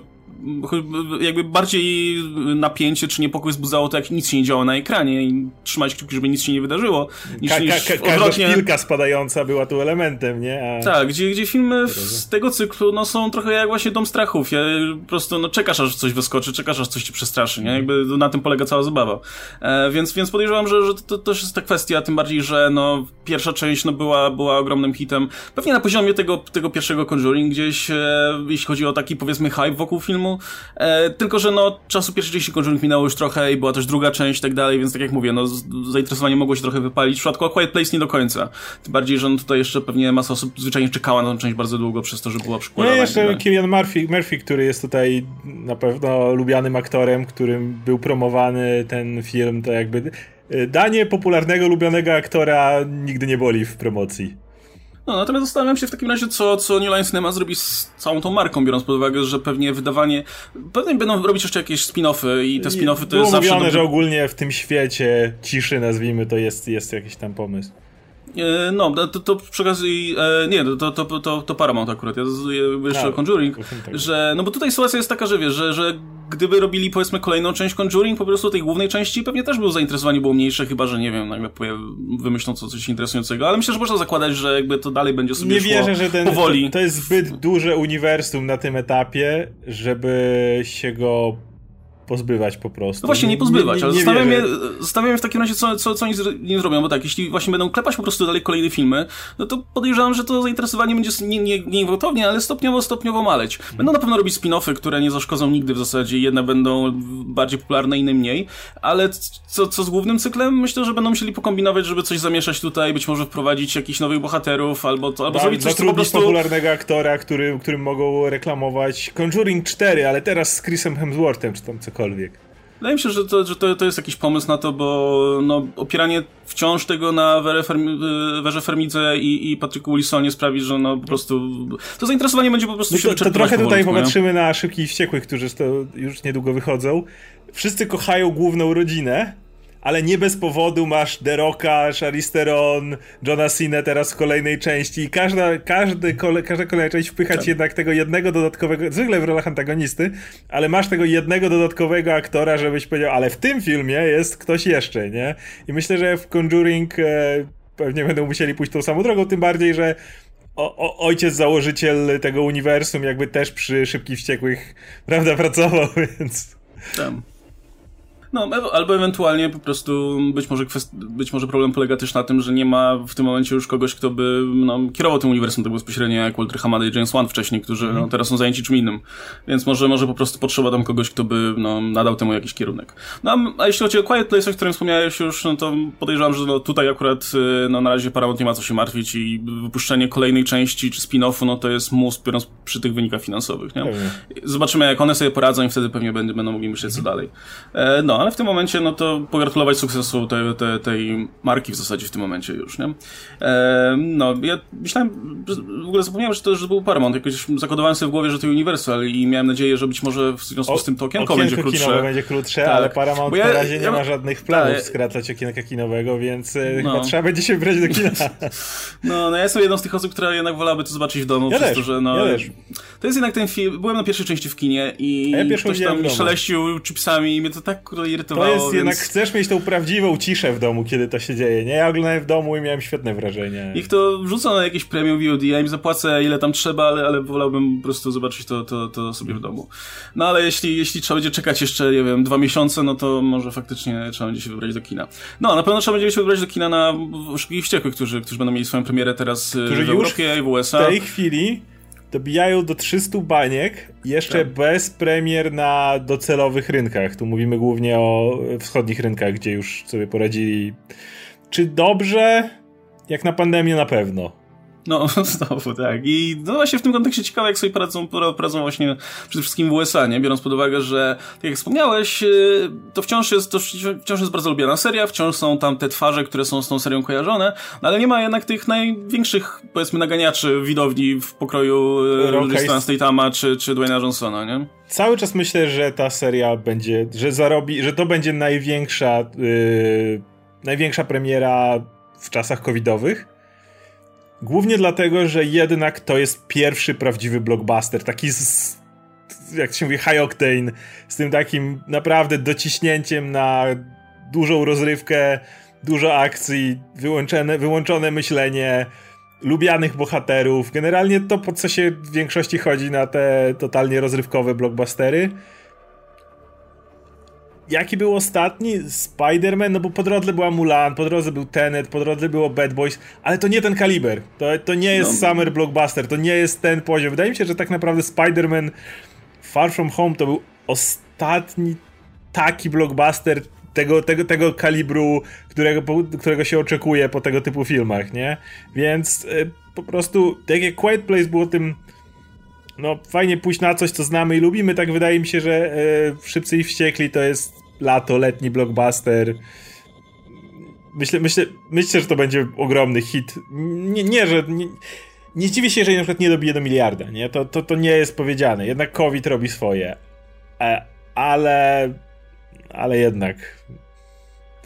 jakby bardziej napięcie czy niepokój wzbudzało to, jak nic się nie działo na ekranie i trzymać kciuki, żeby nic się nie wydarzyło. Niż, ka- niż ka- każda szpilka spadająca była tu elementem, nie? A... Tak, gdzie, gdzie filmy z tego cyklu no, są trochę jak właśnie Dom Strachów. Ja, po prostu no, czekasz, aż coś wyskoczy, czekasz, aż coś ci przestraszy, nie? Jakby na tym polega cała zabawa. E, więc, więc podejrzewam, że, że to też jest ta kwestia, tym bardziej, że no, pierwsza część no, była, była ogromnym hitem. Pewnie na poziomie tego, tego pierwszego Conjuring gdzieś, e, jeśli chodzi o taki powiedzmy hype wokół filmu. E, tylko, że no czasu pierwszej części Conjuring minęło już trochę i była też druga część i tak dalej, więc tak jak mówię, no zainteresowanie mogło się trochę wypalić. W przypadku A Quiet Place nie do końca. Tym bardziej, że no, tutaj jeszcze pewnie masa osób zwyczajnie czekała na tę część bardzo długo przez to, że była przykładana. No i jeszcze Cillian Murphy, Murphy, który jest tutaj na pewno lubianym aktorem, którym był promowany ten film, to jakby danie popularnego, lubianego aktora nigdy nie boli w promocji. No, natomiast zastanawiam się w takim razie, co, co New Line Cinema zrobi z całą tą marką, biorąc pod uwagę, że pewnie wydawanie... Pewnie będą robić jeszcze jakieś spin-offy i te spin-offy to było jest zawsze... Było mówione, dobry... że ogólnie w tym świecie ciszy, nazwijmy to, jest, jest jakiś tam pomysł. No, to, to przy okazji, nie, to, to, to, to Paramount akurat, ja jeszcze o Conjuring, tak. Że, no bo tutaj sytuacja jest taka, że wiesz, że, że gdyby robili powiedzmy kolejną część Conjuring, po prostu tej głównej części pewnie też było zainteresowanie było mniejsze, chyba, że nie wiem, nagle wymyślą co, coś interesującego, ale myślę, że można zakładać, że jakby to dalej będzie sobie nie szło wierzę, że ten, powoli. To, to jest zbyt duże uniwersum na tym etapie, żeby się go pozbywać po prostu. No właśnie, nie pozbywać, nie, nie, ale zostawiam je, zostawiam je w takim razie, co, co, co oni nie zrobią, bo tak, jeśli właśnie będą klepać po prostu dalej kolejne filmy, no to podejrzewam, że to zainteresowanie będzie nie, nie, nie gwałtownie, ale stopniowo, stopniowo maleć. Będą na pewno robić spin-offy, które nie zaszkodzą nigdy w zasadzie, jedne będą bardziej popularne, inne mniej, ale co, co z głównym cyklem? Myślę, że będą musieli pokombinować, żeby coś zamieszać tutaj, być może wprowadzić jakichś nowych bohaterów, albo, to, albo zrobić coś, co po prostu... popularnego aktora, który, którym mogą reklamować Conjuring cztery, ale teraz z Chrisem Hemsworthem, czy tam cokolwiek. Wydaje mi się, że to, że to, to jest jakiś pomysł na to, bo no, opieranie wciąż tego na Werze Fermidze i, i Patricku Wilsonie sprawi, że no po prostu to zainteresowanie będzie po prostu no to, się wyczerpywać. To trochę tutaj powolutku, popatrzymy na Szybkich i Wściekłych, którzy to już niedługo wychodzą. Wszyscy kochają główną rodzinę, ale nie bez powodu masz The Rocka, Charlize Theron, Johna Cena teraz w kolejnej części i każda, każdy, kole, każda kolejna część wpychać tak. jednak tego jednego dodatkowego, zwykle w rolach antagonisty, ale masz tego jednego dodatkowego aktora, żebyś powiedział, ale w tym filmie jest ktoś jeszcze, nie? I myślę, że w Conjuring e, pewnie będą musieli pójść tą samą drogą, tym bardziej, że o, o, ojciec założyciel tego uniwersum jakby też przy Szybkich Wściekłych, prawda, pracował, więc... Tam. No, albo ewentualnie po prostu być może, kwest... być może problem polega też na tym, że nie ma w tym momencie już kogoś, kto by no, kierował tym uniwersum tak bezpośrednio jak Walter Hamada i James Wan wcześniej, którzy mm. no, teraz są zajęci czym innym. Więc może, może po prostu potrzeba tam kogoś, kto by no, nadał temu jakiś kierunek. No, a jeśli chodzi o Quiet Place, o którym wspomniałeś już, no to podejrzewam, że no, tutaj akurat no, na razie Paramount nie ma co się martwić i wypuszczenie kolejnej części czy spin-offu, no to jest mus, biorąc przy tych wynikach finansowych, nie? Mm. Zobaczymy, jak one sobie poradzą i wtedy pewnie będą, będą mogli myśleć co dalej. E, no, ale w tym momencie, no to pogratulować sukcesu tej, tej, tej marki w zasadzie w tym momencie już, nie? E, no, ja myślałem, w ogóle zapomniałem, że to, że był Paramount, jakoś zakodowałem sobie w głowie, że to Universal i miałem nadzieję, że być może w związku o, z tym to okienko, okienko będzie krótsze. Okienko będzie krótsze, tak. Ale Paramount ja, na razie nie ja, ma żadnych planów ja, skracać okienka kinowego, więc no. chyba trzeba będzie się wybrać do kina. No, no ja jestem jedną z tych osób, która jednak wolałaby to zobaczyć w domu, ja przez też, to, że no... Ja też. To jest jednak ten film, byłem na pierwszej części w kinie i ja ktoś tam mi szeleścił chipsami i mnie to tak irytowało. To jest więc... jednak, chcesz mieć tą prawdziwą ciszę w domu, kiedy to się dzieje, nie? Ja oglądałem w domu i miałem świetne wrażenie. Ich to wrzucą na jakieś premium V O D, ja im zapłacę ile tam trzeba, ale, ale wolałbym po prostu zobaczyć to, to, to sobie w domu. No ale jeśli, jeśli trzeba będzie czekać jeszcze, nie wiem, dwa miesiące, no to może faktycznie trzeba będzie się wybrać do kina. No, na pewno trzeba będzie się wybrać do kina na Szybkich i Wściekłych, którzy, którzy będą mieli swoją premierę teraz którzy w Europie i w U S A. W tej chwili dobijają do trzystu baniek, jeszcze tak. bez premier na docelowych rynkach. Tu mówimy głównie o wschodnich rynkach, gdzie już sobie poradzili. Czy dobrze? Jak na pandemię na pewno. No, znowu, tak. I no właśnie w tym kontekście ciekawe, jak sobie poradzą, poradzą właśnie przede wszystkim w U S A, nie? Biorąc pod uwagę, że tak jak wspomniałeś, to wciąż jest, to wciąż jest bardzo lubiana seria, wciąż są tam te twarze, które są z tą serią kojarzone, ale nie ma jednak tych największych, powiedzmy, naganiaczy widowni w pokroju Jasona Statama czy, czy Dwayna Johnsona, nie? Cały czas myślę, że ta seria będzie, że zarobi, że to będzie największa yy, największa premiera w czasach covidowych. Głównie dlatego, że jednak to jest pierwszy prawdziwy blockbuster, taki z, jak się mówi, high octane, z tym takim naprawdę dociśnięciem na dużą rozrywkę, dużo akcji, wyłączone, wyłączone myślenie, lubianych bohaterów. Generalnie to, po co się w większości chodzi na te totalnie rozrywkowe blockbustery. Jaki był ostatni? Spider-Man? No bo po drodze była Mulan, po drodze był Tenet, po drodze było Bad Boys, ale to nie ten kaliber. To, to nie jest no. summer blockbuster, to nie jest ten poziom. Wydaje mi się, że tak naprawdę Spider-Man Far From Home to był ostatni taki blockbuster tego, tego, tego kalibru, którego, którego się oczekuje po tego typu filmach, nie? Więc y, po prostu, tak jak Quiet Place było tym, no fajnie pójść na coś, co znamy i lubimy, tak wydaje mi się, że y, Szybcy i Wściekli to jest lato, letni blockbuster. Myślę, myślę, myślę, że to będzie ogromny hit. Nie, nie że... Nie, nie zdziwię się, jeżeli na przykład nie dobije do miliarda, nie? To, to, to nie jest powiedziane. Jednak COVID robi swoje. E, ale... Ale jednak...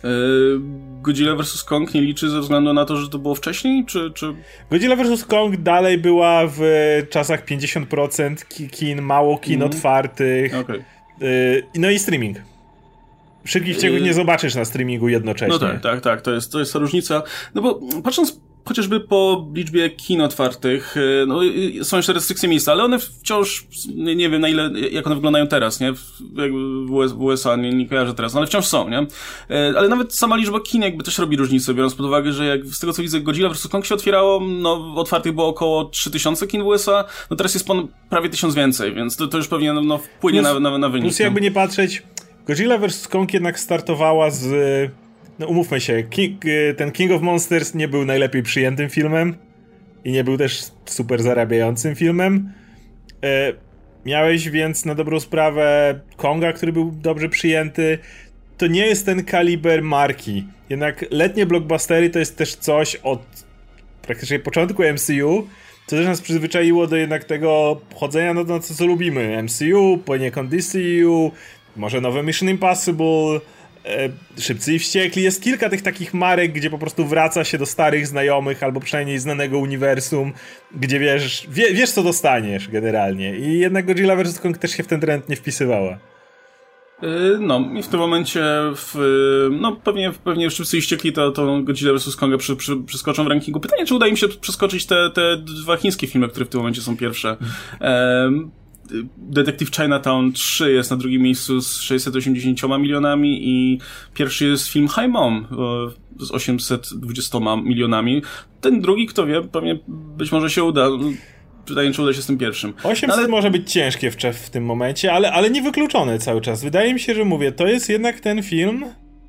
Godzilla versus. Kong nie liczy ze względu na to, że to było wcześniej, czy... czy... Godzilla versus. Kong dalej była w czasach pięćdziesiąt procent kin, mało kin mm. otwartych. Okay. No i streaming. Szybkich wściekłych yy... nie zobaczysz na streamingu jednocześnie. No tak, tak, tak, to jest, to jest ta różnica. No bo patrząc chociażby po liczbie kin otwartych, no są jeszcze restrykcje miejsca, ale one wciąż, nie wiem na ile, jak one wyglądają teraz, nie? W U S A nie, nie kojarzę teraz, no ale wciąż są, nie? Ale nawet sama liczba kin jakby też robi różnicę, biorąc pod uwagę, że jak z tego co widzę Godzilla versus. Kong się otwierało, no otwartych było około trzy tysiące kin w U S A, no teraz jest pon- prawie tysiąc więcej, więc to, to już pewnie no, wpłynie plus, na, na, na wynik. Plus jakby nie patrzeć, Godzilla versus. Kong jednak startowała z... No umówmy się, King, ten King of Monsters nie był najlepiej przyjętym filmem i nie był też super zarabiającym filmem. E, miałeś więc na dobrą sprawę Konga, który był dobrze przyjęty. To nie jest ten kaliber marki. Jednak letnie blockbustery to jest też coś od praktycznie początku M C U, co też nas przyzwyczaiło do jednak tego chodzenia na to, co, co lubimy. M C U, poniekąd D C U, może nowe Mission Impossible, Szybcy i Wściekli. Jest kilka tych takich marek, gdzie po prostu wraca się do starych znajomych, albo przynajmniej znanego uniwersum, gdzie wiesz, wie, wiesz co dostaniesz generalnie. I jednak Godzilla versus. Kong też się w ten trend nie wpisywała. No i w tym momencie w, no pewnie, pewnie Szybcy i Wściekli to, to Godzilla versus. Konga przy, przy, przeskoczą w rankingu. Pytanie, czy uda im się przeskoczyć te, te dwa chińskie filmy, które w tym momencie są pierwsze. Um, Detective Chinatown trzy jest na drugim miejscu z sześćset osiemdziesięcioma milionami i pierwszy jest film Hi Mom z osiemset dwudziestoma milionami. Ten drugi, kto wie, pewnie być może się uda. Pytanie, czy uda się z tym pierwszym. osiemset ale... może być ciężkie w, w tym momencie, ale, ale niewykluczone cały czas. Wydaje mi się, że mówię, to jest jednak ten film,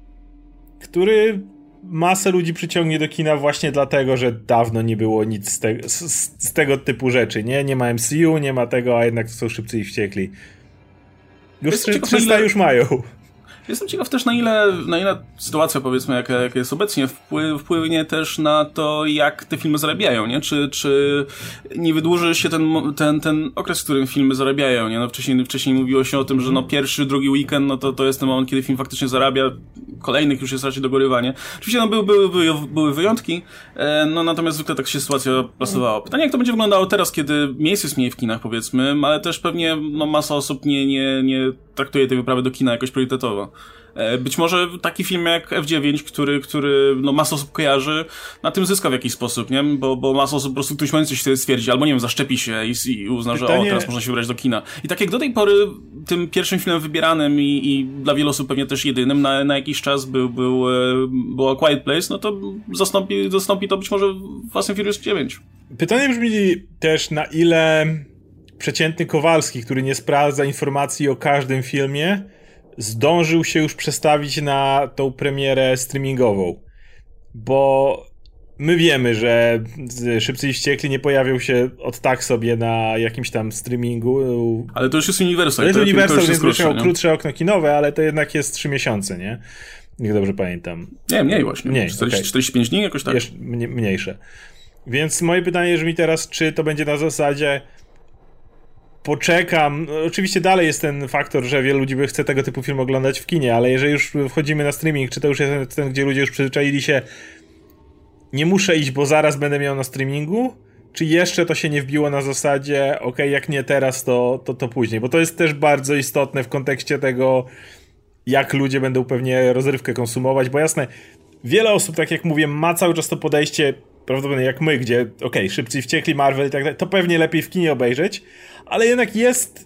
który masę ludzi przyciągnie do kina właśnie dlatego, że dawno nie było nic z, te, z, z tego typu rzeczy, nie? Nie ma M C U, nie ma tego, a jednak to są Szybcy i Wściekli. Już trzysta ile... już mają. Jestem ciekaw też, na ile, na ile sytuacja, powiedzmy, jaka, jaka jest obecnie, wpływ, wpłynie też na to, jak te filmy zarabiają, nie? Czy, czy nie wydłuży się ten, ten, ten okres, w którym filmy zarabiają, nie? No wcześniej, wcześniej mówiło się o tym, że no pierwszy, drugi weekend, no to, to jest ten moment, kiedy film faktycznie zarabia, kolejnych już jest raczej dogorywanie. Oczywiście no były, były, były, były wyjątki, no natomiast zwykle tak się sytuacja plasowała. Pytanie, jak to będzie wyglądało teraz, kiedy miejsc jest mniej w kinach, powiedzmy, ale też pewnie no, masa osób nie, nie, nie traktuje tej wyprawy do kina jakoś priorytetowo. Być może taki film jak F dziewięć, który, który no, masa osób kojarzy, na tym zyska w jakiś sposób, nie? Bo, bo masa osób po prostu któryś moment coś wtedy stwierdzi, albo nie wiem, zaszczepi się i, i uzna, Pytanie... że o, teraz można się wybrać do kina. I tak jak do tej pory tym pierwszym filmem wybieranym i, i dla wielu osób pewnie też jedynym na, na jakiś czas był, był, była Quiet Place, no to zastąpi, zastąpi to być może Fast and Furious dziewięć. Pytanie brzmi też, na ile przeciętny Kowalski, który nie sprawdza informacji o każdym filmie, zdążył się już przestawić na tą premierę streamingową. Bo my wiemy, że Szybcy i Wściekli nie pojawią się od tak sobie na jakimś tam streamingu. Ale to już jest Universal. To jest Universal, więc będzie miał krótsze okno kinowe, ale to jednak jest trzy miesiące, nie? Jak dobrze pamiętam. Nie, mniej właśnie. Mniej, czterdzieści, okay. czterdzieści pięć dni jakoś tak. Jeszcze mniejsze. Więc moje pytanie brzmi teraz, czy to będzie na zasadzie poczekam. Oczywiście dalej jest ten faktor, że wielu ludzi chce tego typu film oglądać w kinie, ale jeżeli już wchodzimy na streaming, czy to już jest ten, gdzie ludzie już przyzwyczaili się, nie muszę iść, bo zaraz będę miał na streamingu, czy jeszcze to się nie wbiło na zasadzie, ok, jak nie teraz, to, to, to później, bo to jest też bardzo istotne w kontekście tego, jak ludzie będą pewnie rozrywkę konsumować, bo jasne, wiele osób, tak jak mówię, ma cały czas to podejście prawdopodobnie jak my, gdzie okej, okay, Szybcy i Wściekli, Marvel i tak dalej, to pewnie lepiej w kinie obejrzeć, ale jednak jest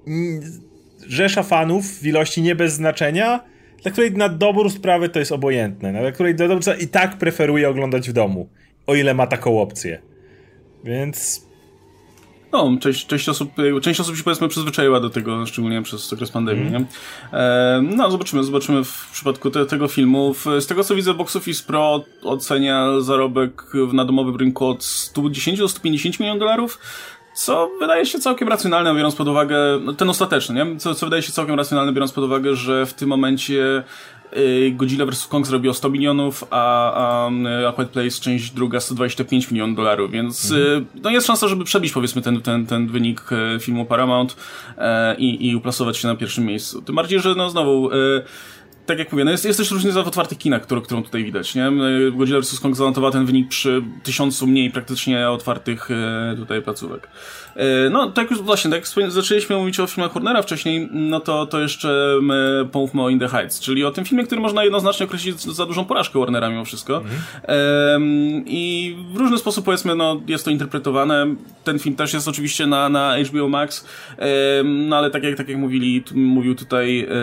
rzesza fanów w ilości nie bez znaczenia, dla której na dobrą sprawę to jest obojętne, dla której na dobrą sprawę i tak preferuje oglądać w domu, o ile ma taką opcję. Więc... No, część, część, osób, część osób się powiedzmy przyzwyczaiła do tego, szczególnie przez okres pandemii, mm. nie? E, no, zobaczymy, zobaczymy w przypadku te, tego filmu. Z tego co widzę, Box Office Pro ocenia zarobek na domowym rynku od sto dziesięć do stu pięćdziesięciu milionów dolarów, co wydaje się całkiem racjonalne, biorąc pod uwagę, no, ten ostateczny, nie? Co, co wydaje się całkiem racjonalne, biorąc pod uwagę, że w tym momencie Godzilla versus. Kong zrobiło sto milionów, a, a, a Quiet Place, część druga, sto dwadzieścia pięć milionów dolarów, więc mhm. no jest szansa, żeby przebić powiedzmy ten, ten, ten wynik filmu Paramount e, i, i uplasować się na pierwszym miejscu. Tym bardziej, że no znowu e, tak jak mówię, no jest, jest też różnica w otwartych kinach, którą, którą tutaj widać, nie? Godzilla versus. Kong zanotowała ten wynik przy tysiącu mniej praktycznie otwartych e, tutaj placówek. E, no, tak już właśnie, tak jak zaczęliśmy mówić o filmach Warnera wcześniej, no to, to jeszcze my pomówmy o In the Heights, czyli o tym filmie, który można jednoznacznie określić za dużą porażkę Warnera mimo wszystko. Mhm. E, I w różny sposób, powiedzmy, no, jest to interpretowane. Ten film też jest oczywiście na, na H B O Max, e, no ale tak jak, tak jak mówili, t- mówił tutaj e,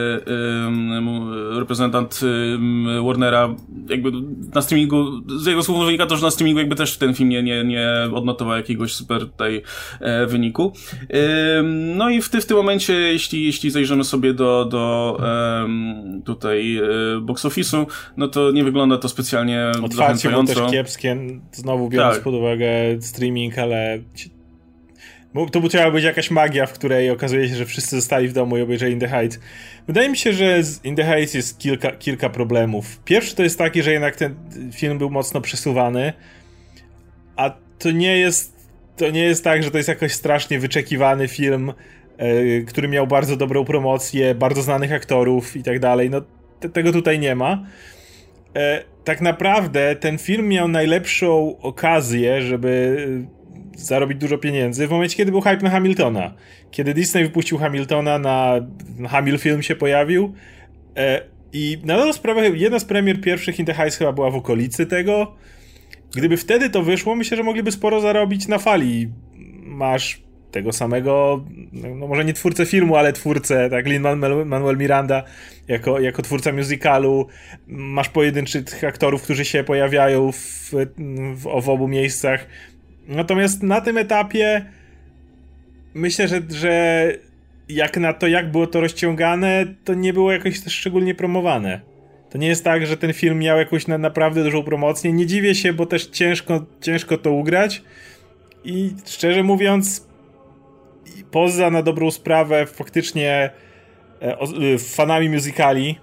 e, reprezentant e, Warnera, jakby na streamingu, z jego słów wynika to, że na streamingu jakby też ten film nie, nie, nie odnotował jakiegoś super tutaj e, wyniku. E, no i w, ty, w tym momencie, jeśli, jeśli zajrzymy sobie do, do e, tutaj e, box office'u, no to nie wygląda to specjalnie Otwarcie było też kiepskie, znowu biorąc tak. pod uwagę streaming, ale to musiała być jakaś magia, w której okazuje się, że wszyscy zostali w domu i obejrzeli In the Heights. Wydaje mi się, że z In the Heights jest kilka, kilka problemów. Pierwszy to jest taki, że jednak ten film był mocno przesuwany, a to nie jest to nie jest tak, że to jest jakoś strasznie wyczekiwany film, yy, który miał bardzo dobrą promocję, bardzo znanych aktorów i tak dalej. No te, tego tutaj nie ma. Yy, tak naprawdę ten film miał najlepszą okazję, żeby zarobić dużo pieniędzy w momencie, kiedy był hype na Hamiltona. Kiedy Disney wypuścił Hamiltona, na Hamil Film się pojawił e, i na dobrą sprawę jedna z premier pierwszych In the Heights chyba była w okolicy tego. Gdyby wtedy to wyszło, myślę, że mogliby sporo zarobić na fali. Masz tego samego, no może nie twórcę filmu, ale twórcę, tak, Lin-Manuel Miranda jako, jako twórca musicalu. Masz pojedynczych aktorów, którzy się pojawiają w, w, w obu miejscach. Natomiast na tym etapie myślę, że, że jak na to, jak było to rozciągane, to nie było jakoś też szczególnie promowane. To nie jest tak, że ten film miał jakąś na, naprawdę dużą promocję. Nie dziwię się, bo też ciężko, ciężko to ugrać i szczerze mówiąc, poza na dobrą sprawę faktycznie e, o, e, fanami musicali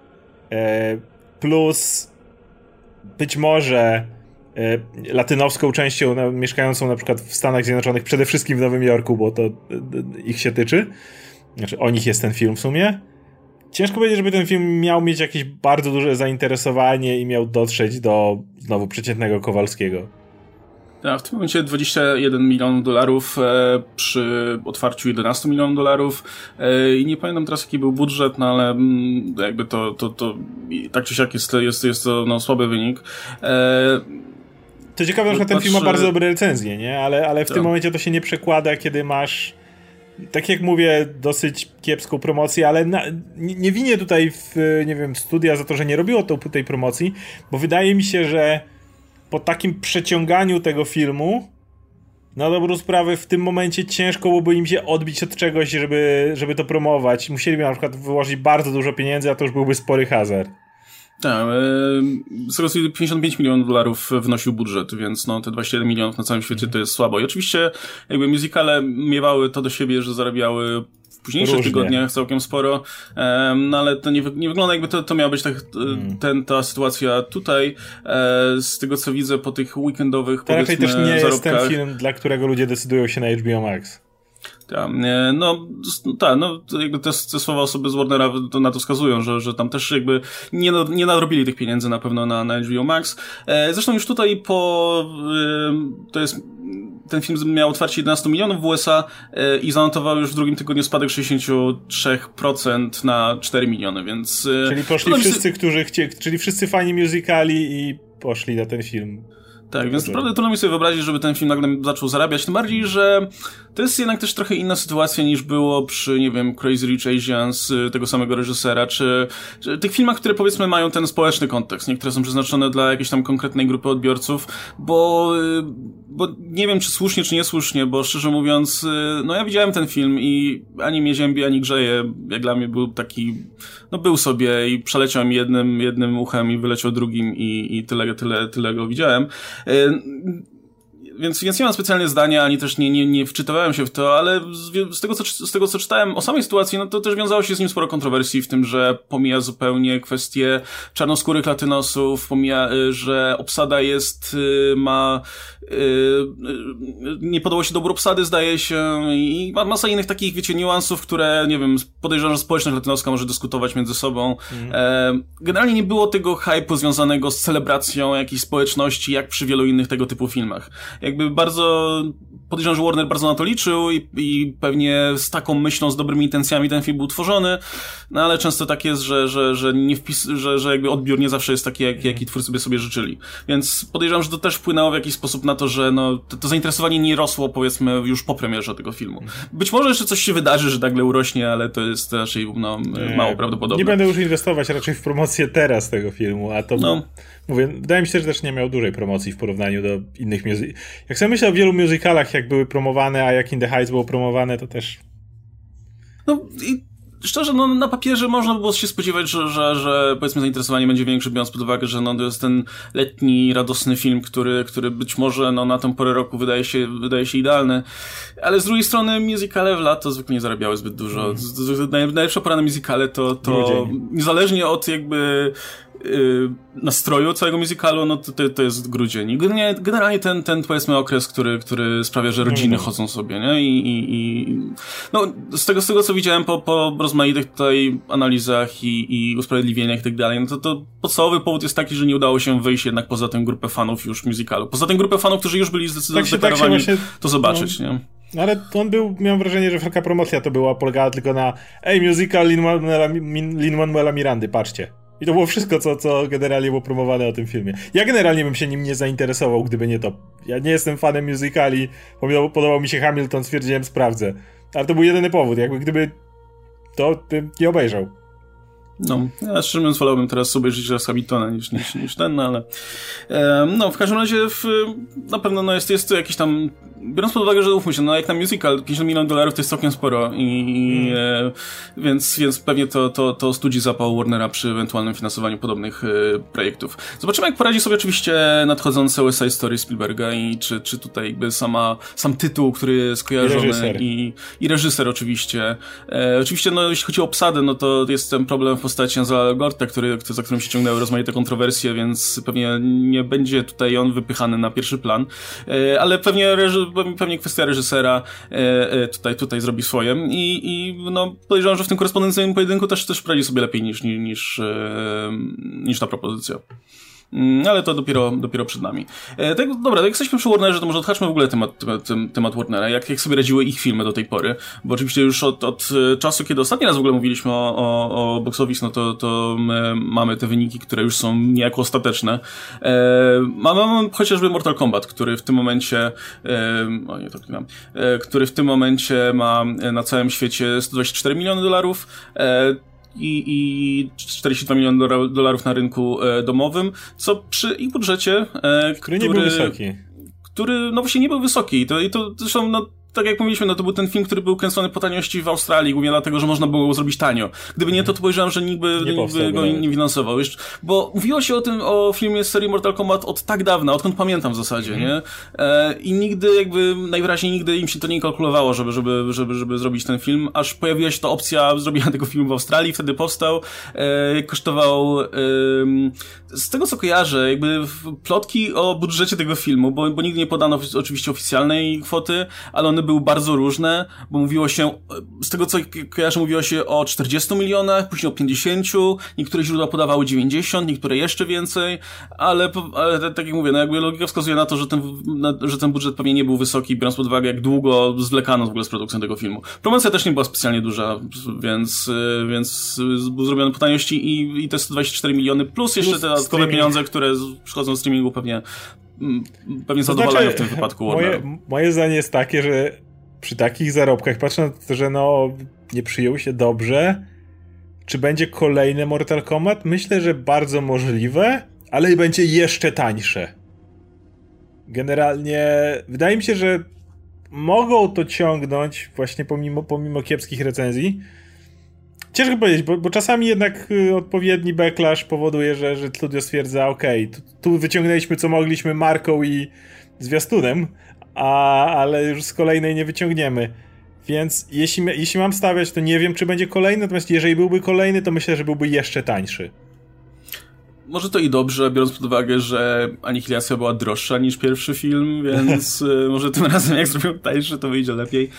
e, plus być może latynowską częścią no, mieszkającą na przykład w Stanach Zjednoczonych, przede wszystkim w Nowym Jorku, bo to ich się tyczy. Znaczy o nich jest ten film w sumie. Ciężko powiedzieć, żeby ten film miał mieć jakieś bardzo duże zainteresowanie i miał dotrzeć do znowu przeciętnego Kowalskiego. Ja, w tym momencie dwadzieścia jeden milionów dolarów e, przy otwarciu jedenaście milionów dolarów e, i nie pamiętam teraz jaki był budżet, no ale m, jakby to, to, to tak czy siak jest, jest, jest to no, słaby wynik. E, To ciekawe, że ten film ma bardzo dobre recenzje, nie? Ale, ale w tak. tym momencie to się nie przekłada, kiedy masz, tak jak mówię, dosyć kiepską promocję, ale na, nie, nie winię tutaj w, nie wiem, studia za to, że nie robiło to, tej promocji, bo wydaje mi się, że po takim przeciąganiu tego filmu na dobrą sprawę w tym momencie ciężko byłoby im się odbić od czegoś, żeby, żeby to promować. Musieliby na przykład wyłożyć bardzo dużo pieniędzy, a to już byłby spory hazard. Tak, z tego pięćdziesiąt pięć milionów dolarów wnosił budżet, więc no te dwadzieścia jeden milionów na całym świecie to jest słabo. I oczywiście jakby musicale miewały to do siebie, że zarabiały w późniejszych Różnie. tygodniach całkiem sporo, no ale to nie, nie wygląda jakby to, to miała być tak, hmm. ten, ta sytuacja tutaj. Z tego co widzę po tych weekendowych to raczej też nie zarobkach, jest ten film, dla którego ludzie decydują się na H B O Max. Tak, no tak, no jakby te, te słowa osoby z Warnera to na to wskazują, że, że tam też jakby nie, nie nadrobili tych pieniędzy na pewno na, na H B O Max. Zresztą już tutaj po to jest ten film miał otwarcie jedenaście milionów w U S A i zanotował już w drugim tygodniu spadek sześćdziesiąt trzy procent na cztery miliony, więc... Czyli poszli wszyscy, się... którzy chcieli, czyli wszyscy fani musicali i poszli na ten film. Tak, więc naprawdę trudno mi sobie wyobrazić, żeby ten film nagle zaczął zarabiać, tym bardziej, że to jest jednak też trochę inna sytuacja niż było przy, nie wiem, Crazy Rich Asians, tego samego reżysera, czy, czy tych filmach, które powiedzmy mają ten społeczny kontekst, niektóre są przeznaczone dla jakiejś tam konkretnej grupy odbiorców, bo, bo nie wiem, czy słusznie, czy niesłusznie, bo szczerze mówiąc, no ja widziałem ten film i ani mnie ziębi, ani grzeje, jak dla mnie był taki, no był sobie i przeleciał mi jednym, jednym uchem i wyleciał drugim i, i tyle, tyle, tyle go widziałem. więc, więc nie mam specjalnie zdania, ani też nie, nie, nie wczytywałem się w to, ale z, z, tego, co, z tego, co czytałem o samej sytuacji, no to też wiązało się z nim sporo kontrowersji w tym, że pomija zupełnie kwestie czarnoskórych latynosów, pomija, że obsada jest, ma, nie podało się dobro obsady, zdaje się, i ma masa innych takich, wiecie, niuansów, które, nie wiem, podejrzewam, że społeczność latynoska może dyskutować między sobą. Mm. Generalnie nie było tego hype'u związanego z celebracją jakiejś społeczności, jak przy wielu innych tego typu filmach. Jakby bardzo, podejrzewam, że Warner bardzo na to liczył i, i pewnie z taką myślą, z dobrymi intencjami ten film był tworzony, no ale często tak jest, że, że, że nie wpis, że, że jakby odbiór nie zawsze jest taki, jak, jaki twórcy by sobie życzyli. Więc podejrzewam, że to też wpłynęło w jakiś sposób na to, że no, to, to zainteresowanie nie rosło, powiedzmy, już po premierze tego filmu. Być może jeszcze coś się wydarzy, że nagle urośnie, ale to jest raczej no, mało prawdopodobne. Nie będę już inwestować raczej w promocję teraz tego filmu, a to no. Mówię, wydaje mi się, że też nie miał dużej promocji w porównaniu do innych muzyk. Jak sobie myślę o wielu musicalach, jak były promowane, a jak In the Heights było promowane, to też... No i szczerze, no na papierze można było się spodziewać, że, że, że powiedzmy zainteresowanie będzie większe, biorąc pod uwagę, że no to jest ten letni, radosny film, który, który być może no na tą porę roku wydaje się, wydaje się idealny, ale z drugiej strony musicale w lato zwykle nie zarabiały zbyt dużo. Mm. Z, z, najlepsza pora na musicale to, to niezależnie od jakby Yy, nastroju całego musicalu, no to, to jest grudzień. I generalnie, generalnie ten, ten powiedzmy okres, który, który sprawia, że rodziny mm. chodzą sobie, nie? I, i, i no z tego, z tego co widziałem po, po rozmaitych tutaj analizach i, i usprawiedliwieniach i tak dalej, no to, to podstawowy powód jest taki, że nie udało się wyjść jednak poza tę grupę fanów już musicalu. Poza tę grupę fanów, którzy już byli zdecydowanie tak zdeklarowani tak właśnie, to zobaczyć, no. Nie? Ale on był, miałem wrażenie, że taka promocja to była, polegała tylko na ej, musical Lin-Manuela Mirandy, patrzcie. I to było wszystko, co, co generalnie było promowane o tym filmie. Ja generalnie bym się nim nie zainteresował, gdyby nie to. Ja nie jestem fanem musicali, podobał, podobał mi się Hamilton, stwierdziłem, sprawdzę. Ale to był jedyny powód, jakby gdyby to bym nie obejrzał. No, ja szczerze mówiąc wolałbym teraz obejrzeć raz Hamiltona niż, niż, niż ten, no ale e, no, w każdym razie w, na pewno no, jest, jest to jakiś tam, biorąc pod uwagę, że ufmy się, no jak na musical, pięćdziesiąt milionów dolarów to jest całkiem sporo i mm. e, więc, więc pewnie to, to, to studzi zapał Warnera przy ewentualnym finansowaniu podobnych e, projektów. Zobaczymy, jak poradzi sobie oczywiście nadchodzące West Side Story Spielberga i czy, czy tutaj jakby sama, sam tytuł, który jest kojarzony i reżyser, i, i reżyser oczywiście. E, oczywiście, no jeśli chodzi o obsadę, no to jest ten problem w postaci Ansela Elgorta, który, za którym się ciągnęły rozmaite kontrowersje, więc pewnie nie będzie tutaj on wypychany na pierwszy plan. E, ale pewnie, reży, pewnie kwestia reżysera e, tutaj, tutaj zrobi swoje i, i no, podejrzewam, że w tym korespondencyjnym pojedynku też, też poradzi sobie lepiej niż, niż, e, niż ta propozycja. Ale to dopiero, dopiero przed nami. E, tak, dobra, jak jesteśmy przy Warnerze, to może odhaczmy w ogóle temat, temat, temat Warnera, jak, jak sobie radziły ich filmy do tej pory, bo oczywiście już od, od czasu, kiedy ostatni raz w ogóle mówiliśmy o, o, o box office, no to, to my mamy te wyniki, które już są niejako ostateczne. E, mamy, mamy chociażby Mortal Kombat, który w tym momencie e, o nie, to klinam, e, który w tym momencie ma na całym świecie sto dwadzieścia cztery miliony dolarów, e, I, i czterdzieści dwa miliony dolarów na rynku e, domowym, co przy ich budżecie, e, który, który nie był wysoki. Który, no właśnie nie był wysoki. To, i to zresztą, no, tak jak mówiliśmy, no to był ten film, który był kręcony po taniości w Australii, głównie dlatego, że można było go zrobić tanio. Gdyby nie to, to podejrzewam, że nikt by, nie nikt by go nie finansował. Wiesz, bo mówiło się o tym, o filmie z serii Mortal Kombat od tak dawna, odkąd pamiętam w zasadzie, mm. nie? E, I nigdy jakby, najwyraźniej nigdy im się to nie kalkulowało, żeby, żeby, żeby, żeby zrobić ten film, aż pojawiła się ta opcja zrobienia tego filmu w Australii, wtedy powstał, e, kosztował, e, z tego co kojarzę, jakby plotki o budżecie tego filmu, bo, bo nigdy nie podano oczywiście oficjalnej kwoty, ale one były bardzo różne, bo mówiło się, z tego co kojarzę, mówiło się o czterdziestu milionach, później o pięćdziesięciu, niektóre źródła podawały dziewięćdziesiąt, niektóre jeszcze więcej, ale, ale tak jak mówię, no jakby logika wskazuje na to, że ten, na, że ten budżet pewnie nie był wysoki, biorąc pod uwagę, jak długo zwlekano w ogóle z produkcją tego filmu. Promocja też nie była specjalnie duża, więc, więc był zrobiony po taniości i, i te sto dwadzieścia cztery miliony, plus jeszcze plus te dodatkowe pieniądze, które przychodzą z streamingu pewnie pewnie zadowalają znaczy, w tym wypadku Warner. Moje, moje zdanie jest takie, że przy takich zarobkach, patrząc na to, że no nie przyjął się dobrze, czy będzie kolejne Mortal Kombat? Myślę, że bardzo możliwe, ale będzie jeszcze tańsze. Generalnie wydaje mi się, że mogą to ciągnąć właśnie pomimo, pomimo kiepskich recenzji. Ciężko powiedzieć, bo, bo czasami jednak y, odpowiedni backlash powoduje, że, że studio stwierdza, okej, okay, tu, tu wyciągnęliśmy co mogliśmy marką i zwiastunem, a, ale już z kolejnej nie wyciągniemy. Więc jeśli, jeśli mam stawiać, to nie wiem, czy będzie kolejny, natomiast jeżeli byłby kolejny, to myślę, że byłby jeszcze tańszy. Może to i dobrze, biorąc pod uwagę, że Anihilacja była droższa niż pierwszy film, więc może tym razem jak zrobią tańszy, to wyjdzie lepiej.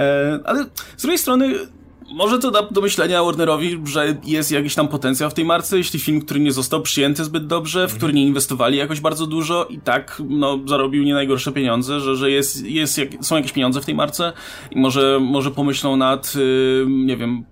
Ale z drugiej strony może to da do myślenia Warnerowi, że jest jakiś tam potencjał w tej marce, jeśli film, który nie został przyjęty zbyt dobrze, w który nie inwestowali jakoś bardzo dużo i tak, no, zarobił nie najgorsze pieniądze, że, że jest, jest, są jakieś pieniądze w tej marce i może, może pomyślą nad, nie wiem,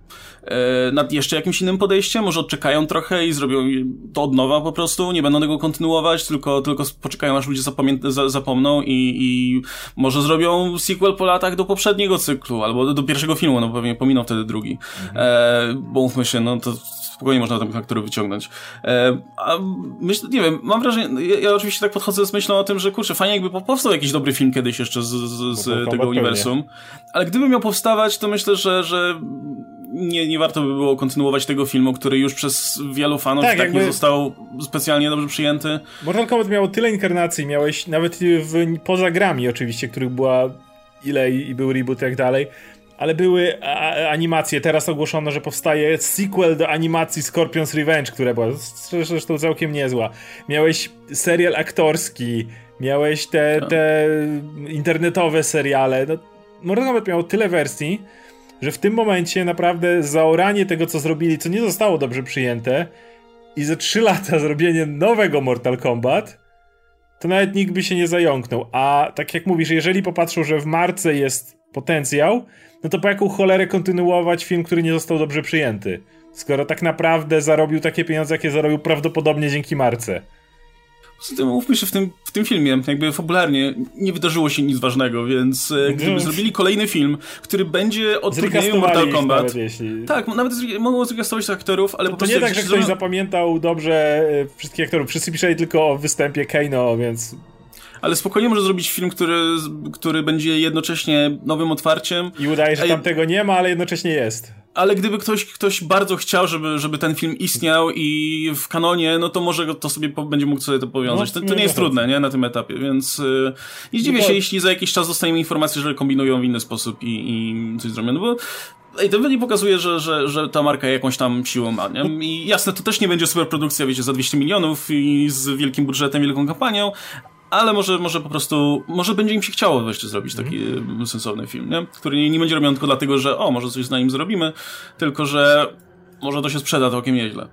nad jeszcze jakimś innym podejściem, może odczekają trochę i zrobią to od nowa po prostu, nie będą tego kontynuować, tylko, tylko poczekają, aż ludzie zapamię- za- zapomną i, i może zrobią sequel po latach do poprzedniego cyklu, albo do, do pierwszego filmu, no pewnie pominą wtedy drugi. Mhm. E, bo mówmy się, no to spokojnie można tam aktorów wyciągnąć. E, a myślę, nie wiem, mam wrażenie, ja, ja oczywiście tak podchodzę z myślą o tym, że kurczę, fajnie jakby powstał jakiś dobry film kiedyś jeszcze z, z, z tego uniwersum, ale gdyby miał powstawać, to myślę, że, że Nie, nie warto by było kontynuować tego filmu, który już przez wielu fanów tak, tak jakby nie został specjalnie dobrze przyjęty. Mortal Kombat miało tyle inkarnacji, miałeś nawet w, poza grami oczywiście, których była ile i, i był reboot i tak dalej, ale były a, animacje. Teraz ogłoszono, że powstaje sequel do animacji Scorpion's Revenge, która była zresztą całkiem niezła. Miałeś serial aktorski, miałeś te, te internetowe seriale. No, Mortal Kombat miało tyle wersji, że w tym momencie naprawdę zaoranie tego, co zrobili, co nie zostało dobrze przyjęte i za trzy lata zrobienie nowego Mortal Kombat, to nawet nikt by się nie zająknął. A tak jak mówisz, jeżeli popatrzą, że w marce jest potencjał, no to po jaką cholerę kontynuować film, który nie został dobrze przyjęty? Skoro tak naprawdę zarobił takie pieniądze, jakie zarobił prawdopodobnie dzięki marce. Poza tym, mówmy się, w tym, w tym filmie, jakby fabularnie, nie wydarzyło się nic ważnego, więc gdyby zrobili kolejny film, który będzie odtrudnieniem Mortal Kombat... Nawet jeśli... Tak, nawet mogą zrecastować aktorów, ale to, po prostu... To nie tak, że ktoś zrobią... zapamiętał dobrze wszystkich aktorów. Wszyscy pisali tylko o występie Kano, więc... Ale spokojnie może zrobić film, który, który będzie jednocześnie nowym otwarciem. I udaje, że tam A... tego nie ma, ale jednocześnie jest. Ale gdyby ktoś, ktoś bardzo chciał, żeby, żeby ten film istniał i w kanonie, no to może to sobie po, będzie mógł sobie to powiązać. No, to, to nie jest trudne, nie? Na tym etapie, więc yy, nie zdziwię no, się, jeśli za jakiś czas dostaniemy informację, że kombinują w inny sposób i, i coś zrobią, no bo i to nie pokazuje, że, że, że ta marka jakąś tam siłą ma, nie? I jasne, to też nie będzie super produkcja, wiecie, za dwieście milionów i z wielkim budżetem, wielką kampanią, ale może, może po prostu, może będzie im się chciało wreszcie zrobić taki mm. sensowny film, nie? Który nie, nie będzie robiony tylko dlatego, że o, może coś na nim zrobimy, tylko że może to się sprzeda całkiem nieźle.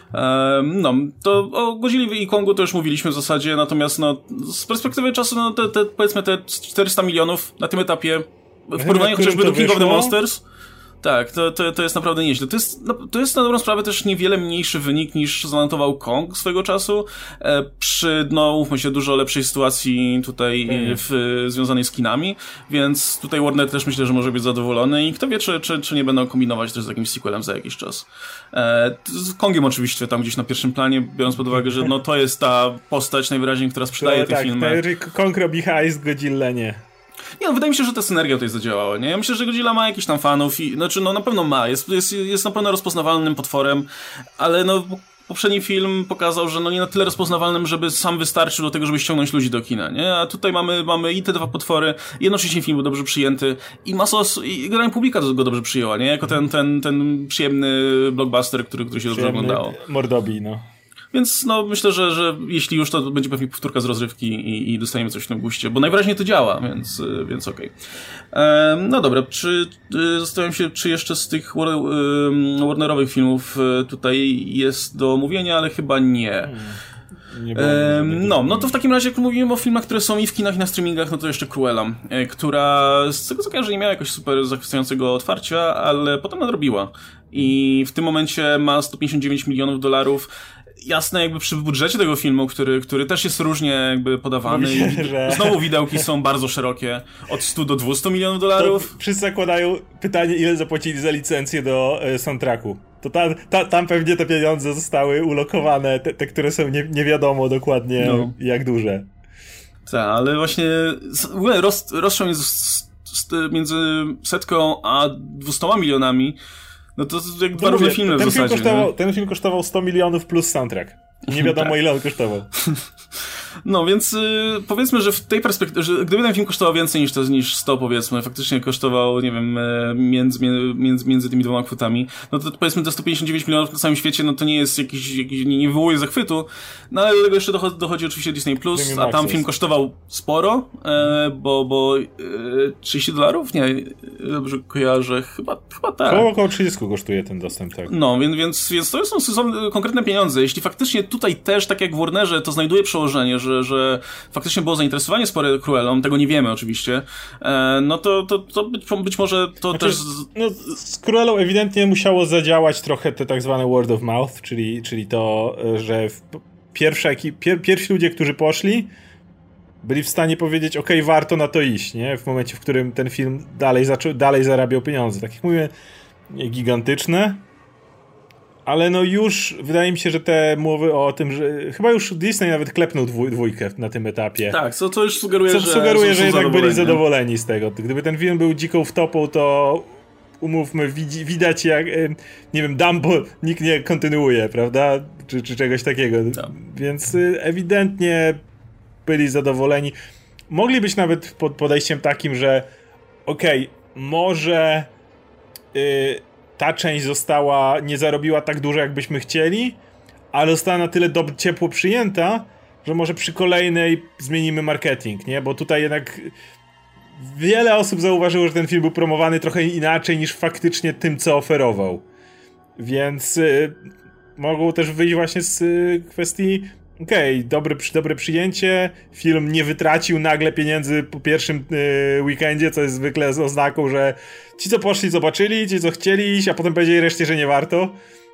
Um, no, to o Godzilli i Kongu to już mówiliśmy w zasadzie, natomiast no, z perspektywy czasu, no te, te powiedzmy te czterysta milionów na tym etapie, w porównaniu chociażby do King of the Monsters, tak, to, to, to jest naprawdę nieźle. To jest, no, to jest na dobrą sprawę też niewiele mniejszy wynik niż zanotował Kong swego czasu, e, przy, no, mówmy się, dużo lepszej sytuacji tutaj mm. w, związanej z kinami, więc tutaj Warner też myślę, że może być zadowolony i kto wie, czy, czy, czy nie będą kombinować też z jakimś sequelem za jakiś czas. E, z Kongiem oczywiście tam gdzieś na pierwszym planie, biorąc pod uwagę, że no to jest ta postać najwyraźniej, która sprzedaje no, te tak, filmy. Tak, Kong robi hajs, Godzilla nie. Nie, no wydaje mi się, że ta synergia tutaj zadziałała, nie? Ja myślę, że Godzilla ma jakiś tam fanów i, znaczy, no na pewno ma, jest, jest, jest na pewno rozpoznawalnym potworem, ale no poprzedni film pokazał, że no nie na tyle rozpoznawalnym, żeby sam wystarczył do tego, żeby ściągnąć ludzi do kina, nie? A tutaj mamy, mamy i te dwa potwory, jednocześnie film był dobrze przyjęty i masa osób, i generalnie publika go dobrze przyjęła, nie? Jako ten, ten, ten przyjemny blockbuster, który, który się dobrze oglądało. Mordobi, no. Więc no myślę, że, że jeśli już, to będzie pewnie powtórka z rozrywki i, i dostaniemy coś w tym guście, bo najwyraźniej to działa, więc, więc okej. Okay. No dobra, czy zastanawiam się, czy jeszcze z tych Warnerowych filmów tutaj jest do omówienia, ale chyba nie. Hmm. Nie ehm, no, no to w takim razie, jak mówimy o filmach, które są i w kinach, i na streamingach, no to jeszcze Cruella, która z tego co kojarzę nie miała jakoś super zachwycającego otwarcia, ale potem nadrobiła. I w tym momencie ma sto pięćdziesiąt dziewięć milionów dolarów. Jasne, jakby przy budżecie tego filmu, który, który też jest różnie jakby podawany. Mówię, i że... Znowu widełki są bardzo szerokie. Od stu do dwustu milionów dolarów. To wszyscy zakładają pytanie, ile zapłacili za licencję do y, soundtracku. To ta, ta, tam pewnie te pieniądze zostały ulokowane, te, te które są nie, nie wiadomo dokładnie no. jak duże. Tak, ale właśnie w ogóle roz, rozstrzał między setką a dwustoma milionami. No to jak dwa różne filmy w zasadzie. Film kosztował, ten film kosztował sto milionów plus soundtrack. Nie wiadomo tak. ile on kosztował. No więc y, powiedzmy, że w tej perspektywie, że gdyby ten film kosztował więcej niż to, niż sto, powiedzmy, faktycznie kosztował, nie wiem, między, między, między tymi dwoma kwotami, no to powiedzmy te sto pięćdziesiąt dziewięć milionów na całym świecie, no to nie jest jakiś, jakiś nie, nie wywołuje zachwytu, no ale do tego jeszcze dochodzi, dochodzi oczywiście Disney Plus, a tam film kosztował sporo, e, bo, bo e, trzydzieści dolarów? Nie, dobrze kojarzę, chyba, chyba tak. Około, około trzydzieści kosztuje ten dostęp, tak. No, więc, więc, więc to są, są konkretne pieniądze. Jeśli faktycznie tutaj też, tak jak w Warnerze, to znajduje przełożenie, że, że faktycznie było zainteresowanie spore Cruellą, tego nie wiemy oczywiście, e, no to, to, to być, być może to znaczy, też... No, z Cruellą ewidentnie musiało zadziałać trochę te tak zwane word of mouth, czyli, czyli to, że w, pierwsza, pier, pierwsi ludzie, którzy poszli, byli w stanie powiedzieć, okej, okay, warto na to iść, nie? W momencie, w którym ten film dalej, zaczął, dalej zarabiał pieniądze. Tak jak mówię, nie gigantyczne, ale no już wydaje mi się, że te mowy o tym, że chyba już Disney nawet klepnął dwój, dwójkę na tym etapie. Tak, co to już sugeruje, co że, sugeruje, że, że jednak zadowoleni. byli zadowoleni z tego. Gdyby ten film był dziką wtopą, to umówmy, widzi, widać jak, nie wiem, Dumbo nikt nie kontynuuje, prawda? Czy, czy czegoś takiego. Tak. Więc ewidentnie byli zadowoleni. Mogli być nawet pod podejściem takim, że okej, okay, może yy, ta część została, nie zarobiła tak dużo, jakbyśmy chcieli, ale została na tyle do, ciepło przyjęta, że może przy kolejnej zmienimy marketing, nie? Bo tutaj jednak wiele osób zauważyło, że ten film był promowany trochę inaczej niż faktycznie tym, co oferował. Więc yy, mogą też wyjść właśnie z yy, kwestii okej, okay, dobre, dobre przyjęcie, film nie wytracił nagle pieniędzy po pierwszym yy, weekendzie, co jest zwykle z oznaką, że ci co poszli zobaczyli, ci co chcieli iść, a potem powiedzieli reszcie, że nie warto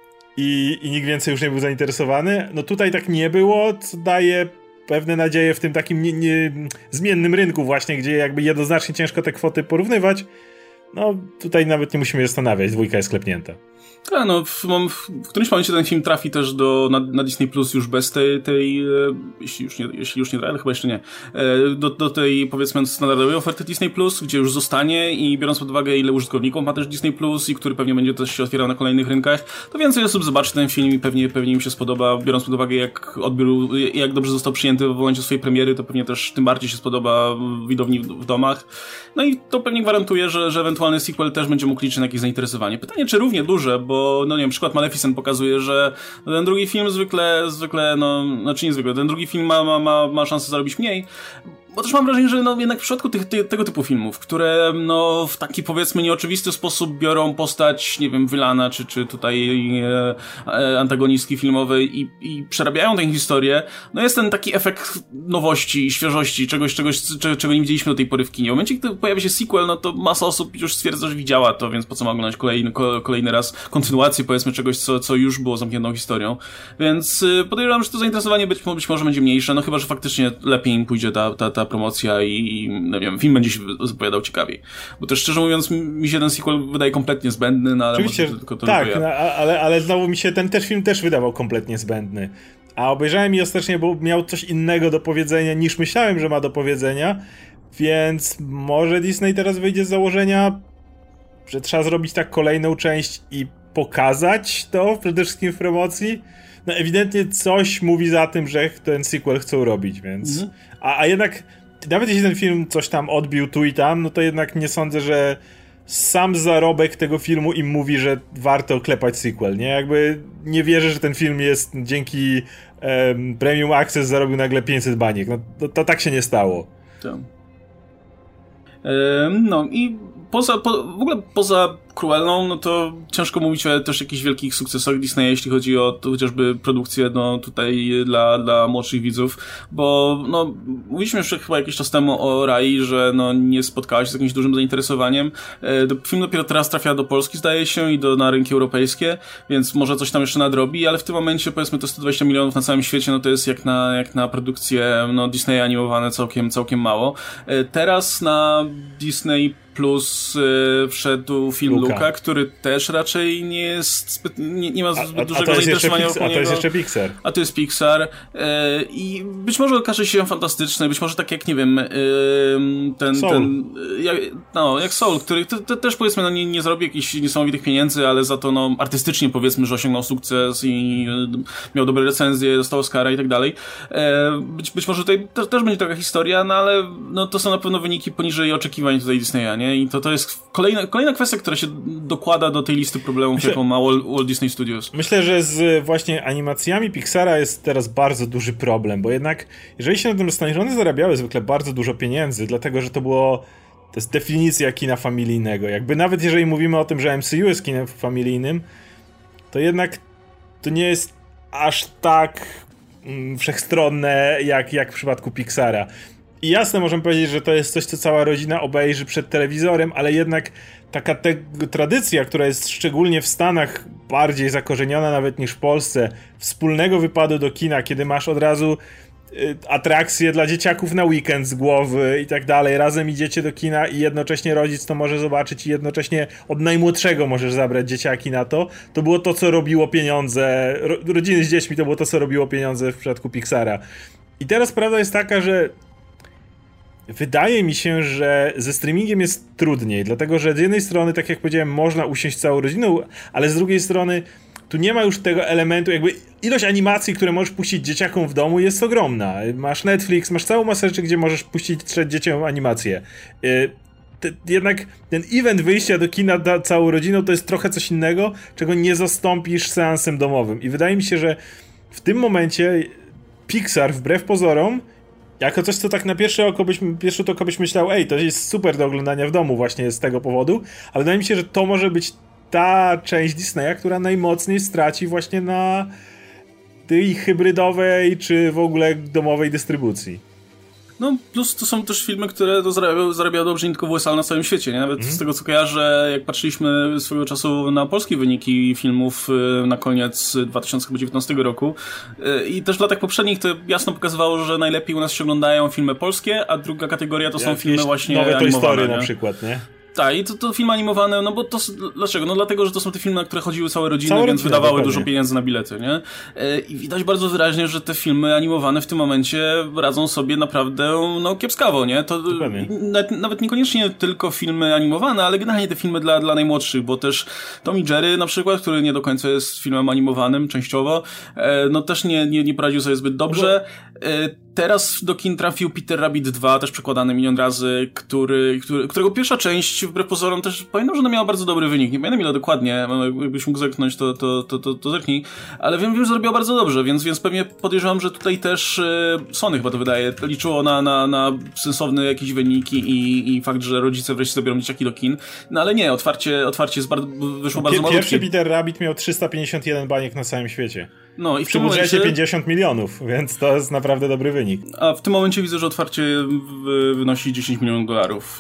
i, i nikt więcej już nie był zainteresowany. No tutaj tak nie było, co daje pewne nadzieje w tym takim nie, nie, zmiennym rynku właśnie, gdzie jakby jednoznacznie ciężko te kwoty porównywać. No tutaj nawet nie musimy się zastanawiać, dwójka jest klepnięta. Tak, no w, w którymś momencie ten film trafi też do, na, na Disney Plus już bez tej, tej e, jeśli już nie, jeśli już nie, ale chyba jeszcze nie, e, do, do tej powiedzmy standardowej oferty Disney Plus, gdzie już zostanie i biorąc pod uwagę ile użytkowników ma też Disney Plus i który pewnie będzie też się otwierał na kolejnych rynkach, to więcej osób zobaczy ten film i pewnie, pewnie im się spodoba, biorąc pod uwagę jak odbiór, jak dobrze został przyjęty w momencie swojej premiery, to pewnie też tym bardziej się spodoba widowni w, w domach. No i to pewnie gwarantuje, że, że ewentualny sequel też będzie mógł liczyć na jakieś zainteresowanie. Pytanie, czy równie duże, bo bo, no nie wiem, przykład Maleficent pokazuje, że ten drugi film zwykle, zwykle, no, znaczy nie zwykle, ten drugi film ma, ma, ma, ma szansę zarobić mniej, bo też mam wrażenie, że no jednak w przypadku tych, tych, tego typu filmów, które no w taki powiedzmy nieoczywisty sposób biorą postać, nie wiem, wylana, czy, czy tutaj e, e, antagonistki filmowej i, i przerabiają tę historię, no jest ten taki efekt nowości, świeżości, czegoś, czegoś czego, czego nie widzieliśmy do tej pory w kinie. W momencie, gdy pojawia się sequel, no to masa osób już stwierdza, że widziała to, więc po co ma oglądać kolejny, kolejny raz kontynuację, powiedzmy, czegoś, co, co już było zamkniętą historią. Więc y, podejrzewam, że to zainteresowanie być, być może będzie mniejsze, no chyba, że faktycznie lepiej im pójdzie ta, ta, ta promocja i, i no wiem, film będzie się zapowiadał ciekawiej. Bo też szczerze mówiąc, mi się ten sequel wydaje kompletnie zbędny, no ale oczywiście, może tylko to tak, tylko ja. no, ale, ale znowu mi się ten też film też wydawał kompletnie zbędny. A obejrzałem i ostatecznie, bo miał coś innego do powiedzenia niż myślałem, że ma do powiedzenia, więc może Disney teraz wyjdzie z założenia, że trzeba zrobić tak kolejną część i pokazać to przede wszystkim w promocji. No ewidentnie coś mówi za tym, że ten sequel chcą robić, więc... Mhm. A, a jednak, nawet jeśli ten film coś tam odbił tu i tam, no to jednak nie sądzę, że sam zarobek tego filmu im mówi, że warto klepać sequel, nie? Jakby nie wierzę, że ten film jest dzięki um, Premium Access zarobił nagle pięćset baniek. No to, to tak się nie stało. Tak. No i poza, po, w ogóle poza Cruellą, no to ciężko mówić o też jakichś wielkich sukcesach Disneya, jeśli chodzi o to, chociażby produkcję, no tutaj dla, dla młodszych widzów, bo no mówiliśmy już chyba jakiś czas temu o Rai, że no nie spotkała się z jakimś dużym zainteresowaniem. Film dopiero teraz trafia do Polski, zdaje się, i do, na rynki europejskie, więc może coś tam jeszcze nadrobi, ale w tym momencie powiedzmy to sto dwadzieścia milionów na całym świecie, no to jest jak na, jak na produkcję no Disneya animowane całkiem, całkiem mało. Teraz na Disney plus y, wszedł film Luka. Luka, który też raczej nie jest zbyt, nie, nie ma zbyt a, dużego a zainteresowania wokół niego. A to jest jeszcze Pixar. A to jest Pixar. Y, I być może okaże się fantastyczny, być może tak jak, nie wiem, y, ten, Soul. ten jak, no, jak Soul, który to, to też powiedzmy no, nie, nie zrobi jakichś niesamowitych pieniędzy, ale za to no, artystycznie powiedzmy, że osiągnął sukces i y, miał dobre recenzje, dostał Oscara i tak dalej. Y, być, być może tutaj to, też będzie taka historia, no ale no, to są na pewno wyniki poniżej oczekiwań tutaj Disneya, nie? I to, to jest kolejna, kolejna kwestia, która się dokłada do tej listy problemów, Myślę, jaką ma Walt, Walt Disney Studios. Myślę, że z właśnie animacjami Pixara jest teraz bardzo duży problem, bo jednak jeżeli się na tym zastanowisz, one zarabiały zwykle bardzo dużo pieniędzy, dlatego, że to było to jest definicja kina familijnego. Jakby nawet jeżeli mówimy o tym, że M C U jest kinem familijnym, to jednak to nie jest aż tak mm, wszechstronne jak, jak w przypadku Pixara. I jasne, możemy powiedzieć, że to jest coś, co cała rodzina obejrzy przed telewizorem, ale jednak taka te- tradycja, która jest szczególnie w Stanach bardziej zakorzeniona nawet niż w Polsce, wspólnego wypadu do kina, kiedy masz od razu y, atrakcje dla dzieciaków na weekend z głowy i tak dalej, razem idziecie do kina i jednocześnie rodzic to może zobaczyć i jednocześnie od najmłodszego możesz zabrać dzieciaki na to, to było to, co robiło pieniądze, ro- rodziny z dziećmi to było to, co robiło pieniądze w przypadku Pixara. I teraz prawda jest taka, że wydaje mi się, że ze streamingiem jest trudniej, dlatego że z jednej strony, tak jak powiedziałem, można usiąść całą rodziną, ale z drugiej strony tu nie ma już tego elementu, jakby ilość animacji, które możesz puścić dzieciakom w domu jest ogromna. Masz Netflix, masz całą masę rzeczy, gdzie możesz puścić przed dzieciom animację. Te, jednak ten event wyjścia do kina da, całą rodziną to jest trochę coś innego, czego nie zastąpisz seansem domowym. I wydaje mi się, że w tym momencie Pixar, wbrew pozorom, jako coś, co tak na pierwsze oko byś, pierwszy rzut oka byś myślał, ej, to jest super do oglądania w domu właśnie z tego powodu, ale wydaje mi się, że to może być ta część Disneya, która najmocniej straci właśnie na tej hybrydowej, czy w ogóle domowej dystrybucji. No, plus to są też filmy, które to zarabiały, zarabiały dobrze nie tylko w U S A, ale na całym świecie, nie? Nawet mm. z tego, co kojarzę, jak patrzyliśmy swego czasu na polskie wyniki filmów na koniec dwa tysiące dziewiętnastego roku i też w latach poprzednich to jasno pokazywało, że najlepiej u nas się oglądają filmy polskie, a druga kategoria to są Jakieś filmy właśnie nowe animowane. Toy Story na przykład, nie? Tak, i to, to filmy animowane, no bo to... Dlaczego? No dlatego, że to są te filmy, na które chodziły całe rodziny, całe więc rodzina, wydawały dokładnie. dużo pieniędzy na bilety, nie? I widać bardzo wyraźnie, że te filmy animowane w tym momencie radzą sobie naprawdę, no, kiepskawo, nie? To nawet, nawet niekoniecznie tylko filmy animowane, ale generalnie te filmy dla, dla najmłodszych, bo też Tom i Jerry na przykład, który nie do końca jest filmem animowanym, częściowo, no też nie, nie, nie poradził sobie zbyt dobrze. Teraz do kin trafił Peter Rabbit dwa, też przekładany milion razy, który, który, którego pierwsza część, wbrew pozorom, też pamiętam, że ona miała bardzo dobry wynik. Nie pamiętam ile dokładnie, jakbyś mógł zerknąć, to, to, to, to, to zerknij. Ale wiem, wiem, że zrobiła bardzo dobrze, więc, więc pewnie podejrzewam, że tutaj też Sony chyba to wydaje, liczyło na, na, na sensowne jakieś wyniki i, i fakt, że rodzice wreszcie zabiorą dzieciaki do kin. No ale nie, otwarcie, otwarcie jest bardzo, wyszło bardzo malutkie. Pierwszy Peter Rabbit miał trzysta pięćdziesiąt jeden baniek na całym świecie. No i w przy tym budżecie momencie pięćdziesiąt milionów, więc to jest naprawdę dobry wynik. A w tym momencie widzę, że otwarcie wynosi dziesięć milionów dolarów.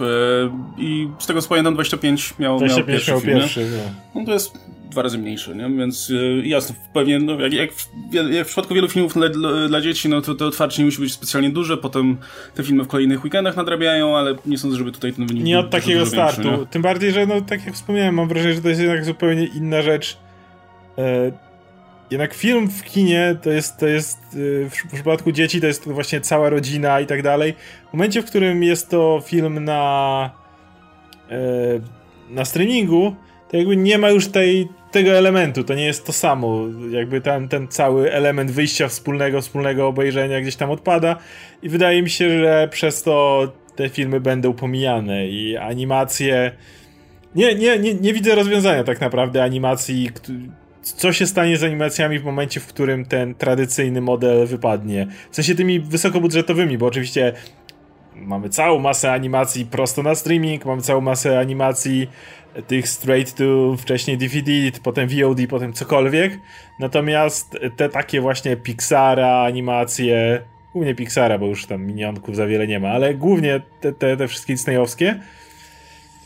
I z tego co pamiętam dwadzieścia pięć miał, dwadzieścia pięć miał pierwszy miał film, pierwszy, no. No to jest dwa razy mniejszy, nie? Więc jasno, pewnie, no, jak, jak, w, jak w przypadku wielu filmów dla, dla, dla dzieci, no to to otwarcie nie musi być specjalnie duże, potem te filmy w kolejnych weekendach nadrabiają, ale nie sądzę, żeby tutaj ten wynik nie od takiego dużo startu. Większy, tym bardziej, że no tak jak wspomniałem, mam wrażenie, że to jest jednak zupełnie inna rzecz. E, jednak film w kinie to jest, to jest w, w przypadku dzieci to jest właśnie cała rodzina i tak dalej. W momencie, w którym jest to film na e, na streamingu, to jakby nie ma już tej, tego elementu, to nie jest to samo, jakby ten, ten cały element wyjścia wspólnego, wspólnego obejrzenia gdzieś tam odpada i wydaje mi się, że przez to te filmy będą pomijane i animacje nie, nie, nie, nie widzę rozwiązania tak naprawdę animacji, co się stanie z animacjami w momencie, w którym ten tradycyjny model wypadnie, w sensie tymi wysokobudżetowymi, bo oczywiście mamy całą masę animacji prosto na streaming, mamy całą masę animacji tych straight to wcześniej D V D, potem V O D, potem cokolwiek. Natomiast te takie właśnie Pixara animacje, głównie Pixara, bo już tam minionków za wiele nie ma, ale głównie te, te, te wszystkie disneyowskie,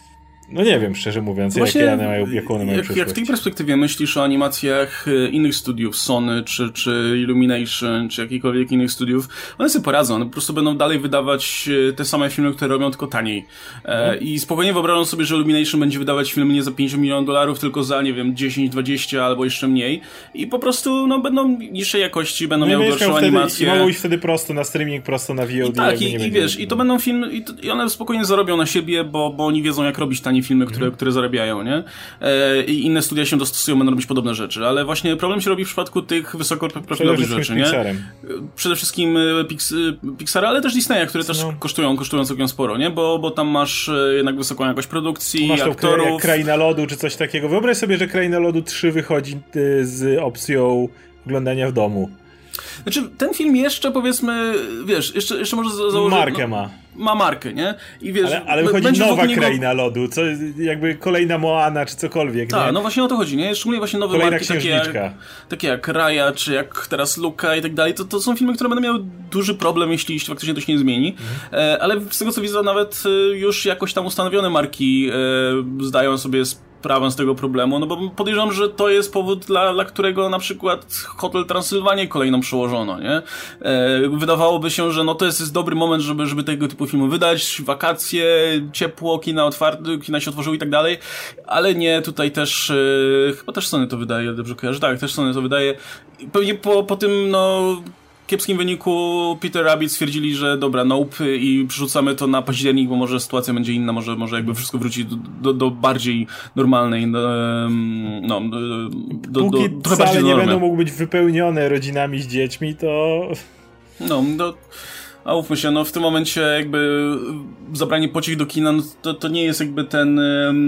No nie wiem, szczerze mówiąc, Właśnie, jakie one mają, jaką one mają jak, jak w tej perspektywie myślisz o animacjach innych studiów, Sony, czy, czy Illumination, czy jakichkolwiek innych studiów, one sobie poradzą, one po prostu będą dalej wydawać te same filmy, które robią, tylko taniej. E, no. I spokojnie wyobrażam sobie, że Illumination będzie wydawać filmy nie za pięćdziesiąt milionów dolarów, tylko za, nie wiem, dziesięć, dwadzieścia albo jeszcze mniej. I po prostu, no, będą niższej jakości, będą no miały gorszą animację. I mogą iść wtedy prosto na streaming, prosto na V O D. I tak, i, i wiesz, i to będą filmy, i, to, i one spokojnie zarobią na siebie, bo, bo oni wiedzą, jak robić tanie filmy, które, mm. które zarabiają, nie? E, I inne studia się dostosują, będą robić podobne rzeczy, ale właśnie problem się robi w przypadku tych wysokoprofilowych rzeczy, nie? Pixarem. Przede wszystkim Pix, Pixara, ale też Disneya, które też no. kosztują, kosztują całkiem sporo, nie? Bo, bo tam masz jednak wysoką jakość produkcji, masz aktorów. Masz Kraina Lodu, czy coś takiego. Wyobraź sobie, że Kraina Lodu trzy wychodzi z opcją oglądania w domu. Znaczy, ten film jeszcze, powiedzmy, wiesz, jeszcze, jeszcze może założyć... Markę no, ma. Ma markę, nie? I wiesz, ale, ale wychodzi nowa niego... Kraina Lodu, co jakby kolejna Moana, czy cokolwiek, Tak, nie? no właśnie o to chodzi, nie? Szczególnie właśnie nowe kolejna marki, takie jak, takie jak Raya, czy jak teraz Luka i tak dalej, to, to są filmy, które będą miały duży problem, jeśli, jeśli faktycznie to się nie zmieni. Mhm. E, ale z tego co widzę, nawet już jakoś tam ustanowione marki e, zdają sobie sprawę z tego problemu, no bo podejrzewam, że to jest powód, dla, dla którego na przykład Hotel Transylwanię kolejną przełożono, nie? E, wydawałoby się, że no to jest, jest dobry moment, żeby, żeby tego typu filmu wydać, wakacje, ciepło, kina otwarte, kina się otworzyły i tak dalej, ale nie, tutaj też, e, chyba też Sony to wydaje, dobrze kojarzę, tak, też Sony to wydaje. Pewnie po, po tym, no, kiepskim wyniku Peter Rabbit stwierdzili, że dobra, nope i przerzucamy to na październik, bo może sytuacja będzie inna, może, może jakby wszystko wróci do, do, do bardziej normalnej, no, do, do, Póki do, do sale nie będą mogły być wypełnione rodzinami z dziećmi, to... No, do... A ufmy się, no w tym momencie jakby zabranie pociech do kina, no to, to nie jest jakby ten,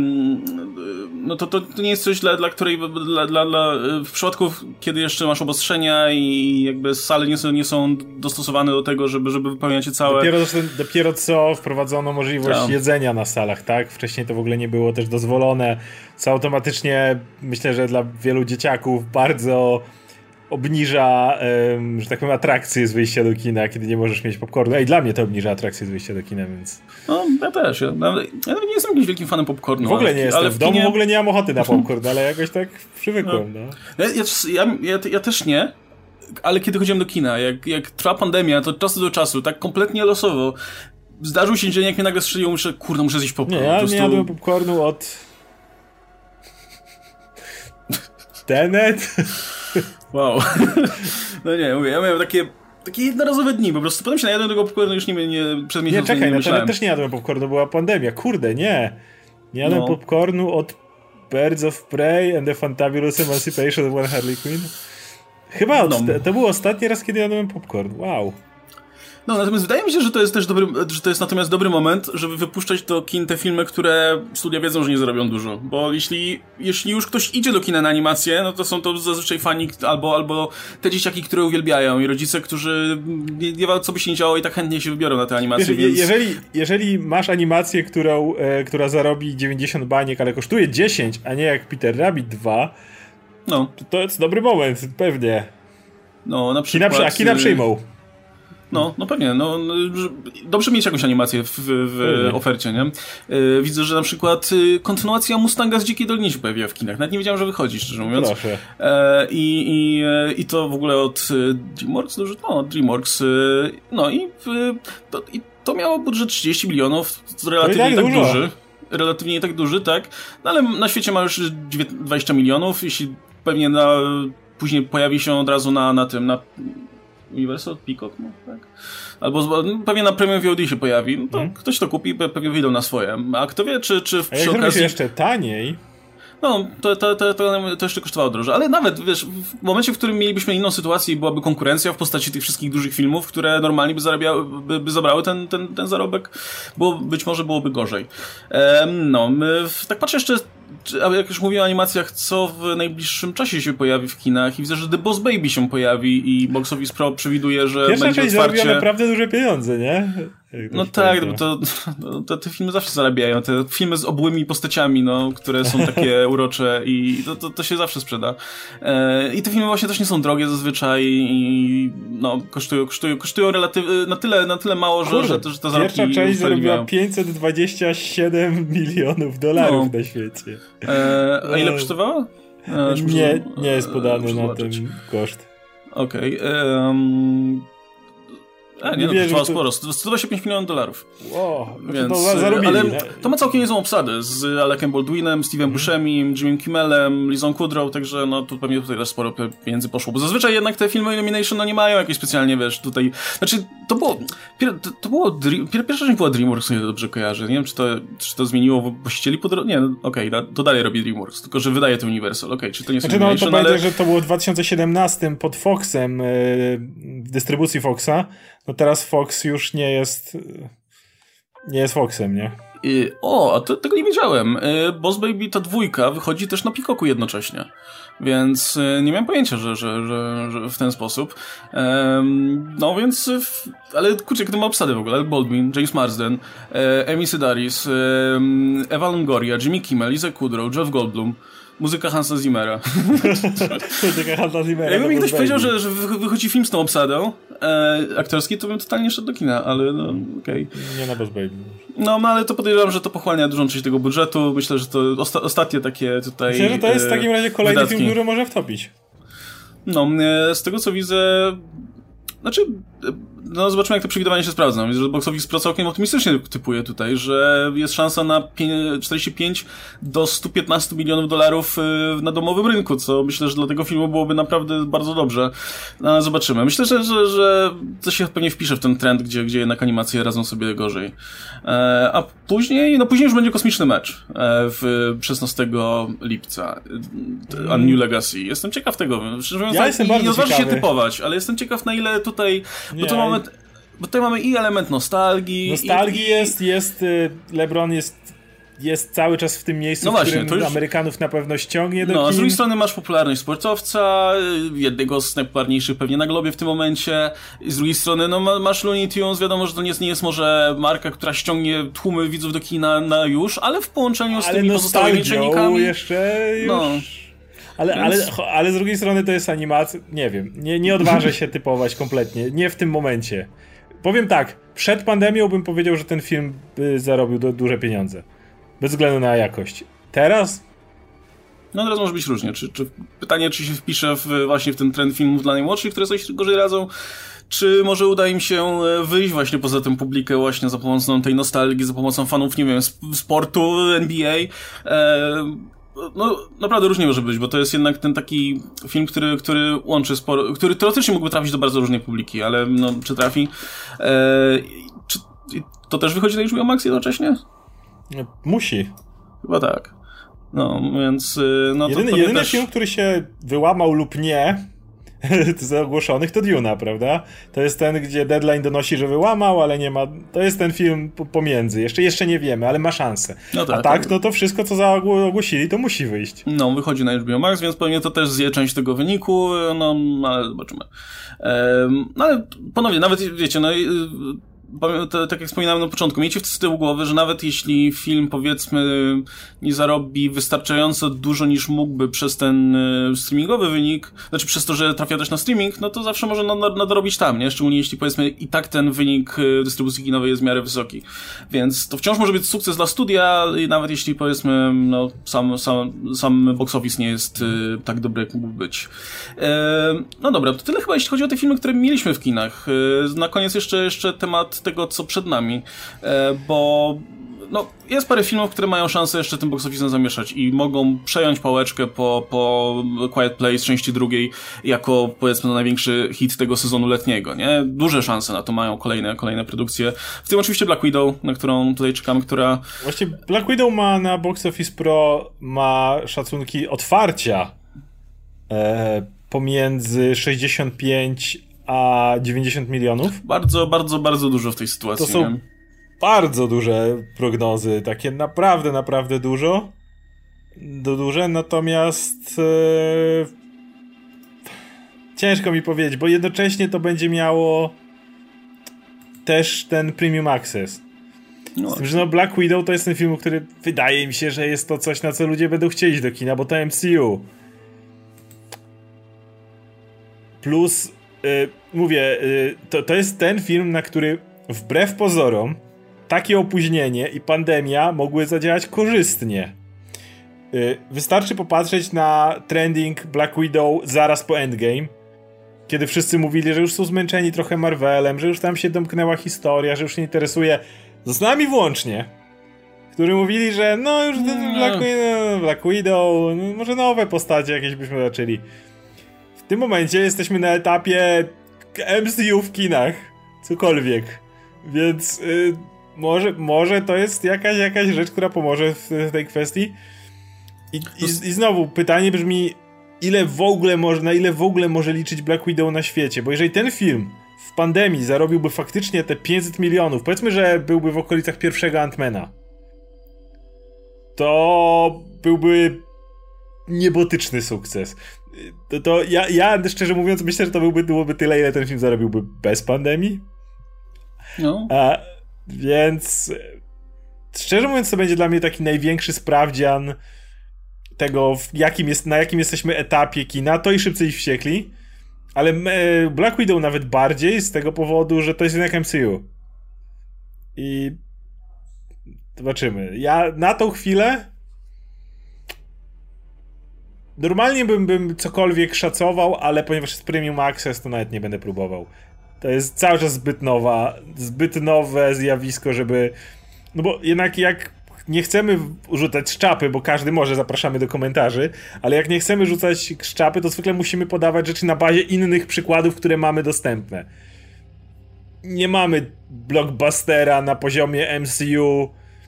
no to, to, to nie jest coś dla, dla której, dla, dla, dla, w przypadku, kiedy jeszcze masz obostrzenia i jakby sale nie są, nie są dostosowane do tego, żeby, żeby wypełniać je całe. Dopiero, dopiero co wprowadzono możliwość tak. jedzenia na salach, tak? Wcześniej to w ogóle nie było też dozwolone, co automatycznie myślę, że dla wielu dzieciaków bardzo obniża, um, że tak powiem, atrakcję z wyjścia do kina, kiedy nie możesz mieć popcornu. Ej, dla mnie to obniża atrakcję z wyjścia do kina, więc... No, ja też. Ja, ja nawet nie jestem jakimś wielkim fanem popcornu. W ogóle nie ale, jestem. ale w, w domu kinie... w ogóle nie mam ochoty na popcorn, ale jakoś tak przywykłem, no. no. Ja, ja, ja, ja też nie, ale kiedy chodziłem do kina, jak, jak trwa pandemia, to od czasu do czasu, tak kompletnie losowo, zdarzył się dzień, jak mnie nagle strzeliło, muszę, kurde, muszę zjeść popcorn. Nie, ja prostu... nie jadłem popcornu od... Tenet? Wow. No nie, mówię, ja miałem takie, takie jednorazowe dni, po prostu potem się najadłem tego popcornu, już nie, nie przez miesiąc nie, czekaj, nie na Tenet też nie jadłem popcornu, była pandemia, kurde, nie. Nie jadłem no. popcornu od Birds of Prey and the Fantabulous Emancipation of One Harley Quinn. Chyba od, no. to był ostatni raz, kiedy jadłem popcorn, wow. No, natomiast wydaje mi się, że to jest też dobry, że to jest natomiast dobry moment, żeby wypuszczać do kin te filmy, które studia wiedzą, że nie zarobią dużo. Bo jeśli, jeśli już ktoś idzie do kina na animację, no to są to zazwyczaj fani albo, albo te dzieciaki, które uwielbiają i rodzice, którzy nie, nie wiedzą, co by się nie działo i tak chętnie się wybiorą na te animacje. Wiesz, więc... jeżeli, jeżeli masz animację, którą, e, która zarobi dziewięćdziesiąt baniek, ale kosztuje dziesięć, a nie jak Peter Rabbit dwa, no. to, to jest dobry moment, pewnie. No, na przykład... Kina, a kina przyjmą. No, no pewnie, no, dobrze mieć jakąś animację w, w ofercie, nie? Yy, widzę, że na przykład yy, kontynuacja Mustanga z Dzikiej Doliny się pojawiła w kinach, nawet nie wiedziałem, że wychodzi, szczerze mówiąc. Proszę. Yy, i, i, yy, I to w ogóle od yy, DreamWorks, dobrze? No, od DreamWorks, yy, no i, yy, to, i to miało budżet trzydzieści milionów, relatywnie nie tak dużo. duży. Relatywnie nie tak duży, tak? No ale na świecie ma już dwadzieścia milionów, jeśli pewnie na, później pojawi się od razu na, na tym, na Universal Peacock, no tak. Albo no, pewnie na Premium V O D się pojawi, no to hmm. ktoś to kupi i pewnie wyjdą na swoje. A kto wie, czy, czy w A jak okazji... jeszcze taniej... No, to, to, to, to, to jeszcze kosztowało drożej. Ale nawet, wiesz, w momencie, w którym mielibyśmy inną sytuację i byłaby konkurencja w postaci tych wszystkich dużych filmów, które normalnie by, zarabiały, by, by zabrały ten, ten, ten zarobek, bo być może byłoby gorzej. Ehm, no, my, tak patrzę jeszcze, jak już mówiłem o animacjach, co w najbliższym czasie się pojawi w kinach i widzę, że The Boss Baby się pojawi i Box Office Pro przewiduje, że Pierwsza będzie część otwarcie... zarobiła naprawdę duże pieniądze, nie? No tak, bo to, to te filmy zawsze zarabiają. Te filmy z obłymi postaciami, no, które są takie urocze i to, to, to się zawsze sprzeda. E, I te filmy właśnie też nie są drogie zazwyczaj i no, kosztują, kosztują, kosztują relatyw, na tyle, na tyle mało, że, Kurde, że, że te zarobki pierwsza część zarobiła pięćset dwadzieścia siedem milionów dolarów no. na świecie. E, a ile kosztowała? E, nie, nie jest podany na ten koszt. Okej. Okay, um... A, nie, nie no, to sporo, sto dwadzieścia pięć milionów dolarów. Wow, więc, to zarobili. Ale to ma całkiem niezłą obsadę z Alekiem Baldwinem, Steve'em mm. Buscemim, Jimmym Kimmelem, Lizą Kudrow, także no tu pewnie tutaj też sporo pieniędzy poszło, bo zazwyczaj jednak te filmy Illumination no nie mają jakieś specjalnie, wiesz, tutaj, znaczy to było, pier, to, to było, pierwsza część była DreamWorks, nie dobrze kojarzę, nie wiem czy to, czy to zmieniło właścicieli po drodze, nie, no, okej, okay, to dalej robi DreamWorks, tylko że wydaje to Universal, okej, okay, czy to nie są znaczy, Illumination, no, to ale... że to było w dwa tysiące siedemnastym pod Foxem, yy, w dystrybucji Foxa, no teraz Fox już nie jest nie jest Foxem, nie? I, o, a to, tego nie wiedziałem. Boss Baby ta dwójka wychodzi też na Peacocku jednocześnie. Więc nie miałem pojęcia, że, że, że, że w ten sposób. Um, no więc, w, ale kurczę, kto ma obsadę w ogóle? Alec Baldwin, James Marsden, e, Amy Sedaris, e, Eva Longoria, Jimmy Kimmel, Lisa Kudrow, Jeff Goldblum. Muzyka Hansa Zimmera. Muzyka Hansa Zimmera. Jakby mi ktoś powiedział, że, że wychodzi film z tą obsadą e, aktorski, to bym totalnie szedł do kina, ale no okej. Okay. Nie na Boss Baby. No, no, ale to podejrzewam, że to pochłania dużą część tego budżetu. Myślę, że to osta ostatnie takie tutaj Myślę, że to jest w takim razie kolejny wydatki. film, który może wtopić. No, z tego co widzę... Znaczy, no zobaczymy jak te przewidywania się sprawdzą. Że box office całkiem optymistycznie typuje tutaj, że jest szansa na czterdzieści pięć do stu piętnastu milionów dolarów na domowym rynku, co myślę, że dla tego filmu byłoby naprawdę bardzo dobrze. No, zobaczymy. Myślę, że, że, że to się pewnie wpisze w ten trend, gdzie, gdzie jednak animacje radzą sobie gorzej. A później, no później już będzie kosmiczny mecz w szesnastego lipca. A New Legacy. Jestem ciekaw tego. Szczerze mówiąc, ja jestem bardzo nie odważę ciekawy. się typować, ale jestem ciekaw na ile tutaj... Nie. Bo tu mamy, bo tutaj mamy i element nostalgii. Nostalgii i, jest, jest, LeBron jest, jest cały czas w tym miejscu, no właśnie, w którym już... Amerykanów na pewno ściągnie do No, kin. z drugiej strony masz popularność sportowca, jednego z najpopularniejszych pewnie na globie w tym momencie. Z drugiej strony, no masz Looney Tunes, wiadomo, że to nie jest, nie jest może marka, która ściągnie tłumy widzów do kina na już, ale w połączeniu z ale tymi pozostałymi czynnikami. jeszcze już... No. Ale, Więc... ale, ale z drugiej strony to jest animacja, nie wiem, nie, nie odważę się typować kompletnie, nie w tym momencie. Powiem tak, przed pandemią bym powiedział, że ten film by zarobił do, duże pieniądze, bez względu na jakość. Teraz? No teraz może być różnie. Czy, czy pytanie, czy się wpisze w, właśnie w ten trend filmów dla najmłodszych, które coś gorzej radzą, czy może uda im się wyjść właśnie poza tę publikę właśnie za pomocą tej nostalgii, za pomocą fanów, nie wiem, sportu, N B A. E, No, naprawdę różnie może być, bo to jest jednak ten taki film, który, który łączy sporo, który teoretycznie mógłby trafić do bardzo różnej publiki, ale no, czy trafi? Eee, czy to też wychodzi na H B O Max jednocześnie? Musi. Chyba tak. No, więc... No, jedyny to jedyny też... film, który się wyłamał lub nie z ogłoszonych, to Duna, prawda? To jest ten, gdzie Deadline donosi, że wyłamał, ale nie ma... To jest ten film pomiędzy. Jeszcze jeszcze nie wiemy, ale ma szansę. No tak, A tak, no to wszystko, co ogłosili, to musi wyjść. No, wychodzi na H B O Max, więc pewnie to też zje część tego wyniku, no, ale zobaczymy. Ehm, no, ale ponownie, nawet, wiecie, no... tak jak wspominałem na początku, miejcie z tyłu głowy, że nawet jeśli film, powiedzmy, nie zarobi wystarczająco dużo niż mógłby przez ten streamingowy wynik, znaczy przez to, że trafia też na streaming, no to zawsze może nadrobić tam, nie? Szczególnie jeśli, powiedzmy, i tak ten wynik dystrybucji kinowej jest w miarę wysoki. Więc to wciąż może być sukces dla studia, i nawet jeśli, powiedzmy, no, sam, sam, sam box office nie jest tak dobry, jak mógłby być. No dobra, to tyle chyba, jeśli chodzi o te filmy, które mieliśmy w kinach. Na koniec jeszcze, jeszcze temat tego, co przed nami, bo no, jest parę filmów, które mają szansę jeszcze tym box office'em zamieszać i mogą przejąć pałeczkę po, po Quiet Place części drugiej jako, powiedzmy, no, największy hit tego sezonu letniego, nie? Duże szanse na to mają kolejne, kolejne produkcje. W tym oczywiście Black Widow, na którą tutaj czekamy, która... Właściwie Black Widow ma na Box Office Pro ma szacunki otwarcia e, pomiędzy sześćdziesiąt pięć a dziewięćdziesiąt milionów. Bardzo, bardzo, bardzo dużo w tej sytuacji. To są nie? bardzo duże prognozy, takie naprawdę, naprawdę dużo. Du duże, natomiast e... ciężko mi powiedzieć, bo jednocześnie to będzie miało też ten Premium Access. No. Z tym, że no Black Widow to jest ten film, który wydaje mi się, że jest to coś, na co ludzie będą chcieli do kina, bo to M C U. Plus, yy, mówię, yy, to, to jest ten film, na który wbrew pozorom takie opóźnienie i pandemia mogły zadziałać korzystnie. Yy, wystarczy popatrzeć na trending Black Widow zaraz po Endgame, kiedy wszyscy mówili, że już są zmęczeni trochę Marvelem, że już tam się domknęła historia, że już nie interesuje. Z nami włącznie, którzy mówili, że no już ten Black Widow, Black Widow, no może nowe postacie jakieś byśmy zaczęli. W tym momencie jesteśmy na etapie M C U w kinach, cokolwiek, więc yy, może, może to jest jakaś, jakaś rzecz, która pomoże w, w tej kwestii. I, i, I znowu pytanie brzmi, ile w ogóle może, na ile w ogóle może liczyć Black Widow na świecie, bo jeżeli ten film w pandemii zarobiłby faktycznie te pięćset milionów, powiedzmy, że byłby w okolicach pierwszego Ant-Mana, to byłby niebotyczny sukces. To, to ja, ja szczerze mówiąc myślę, że to byłby, byłoby tyle, ile ten film zarobiłby bez pandemii. No. A, więc szczerze mówiąc to będzie dla mnie taki największy sprawdzian tego, w jakim jest, na jakim jesteśmy etapie kina, to i Szybcy i Wściekli. Ale Black Widow nawet bardziej z tego powodu, że to jest jednak M C U. I zobaczymy. Ja na tą chwilę normalnie bym, bym cokolwiek szacował, ale ponieważ jest Premium Access, to nawet nie będę próbował. To jest cały czas zbyt nowa, zbyt nowe zjawisko, żeby... No bo jednak jak nie chcemy rzucać szczapy, bo każdy może, zapraszamy do komentarzy, ale jak nie chcemy rzucać szczapy, to zwykle musimy podawać rzeczy na bazie innych przykładów, które mamy dostępne. Nie mamy blockbustera na poziomie M C U,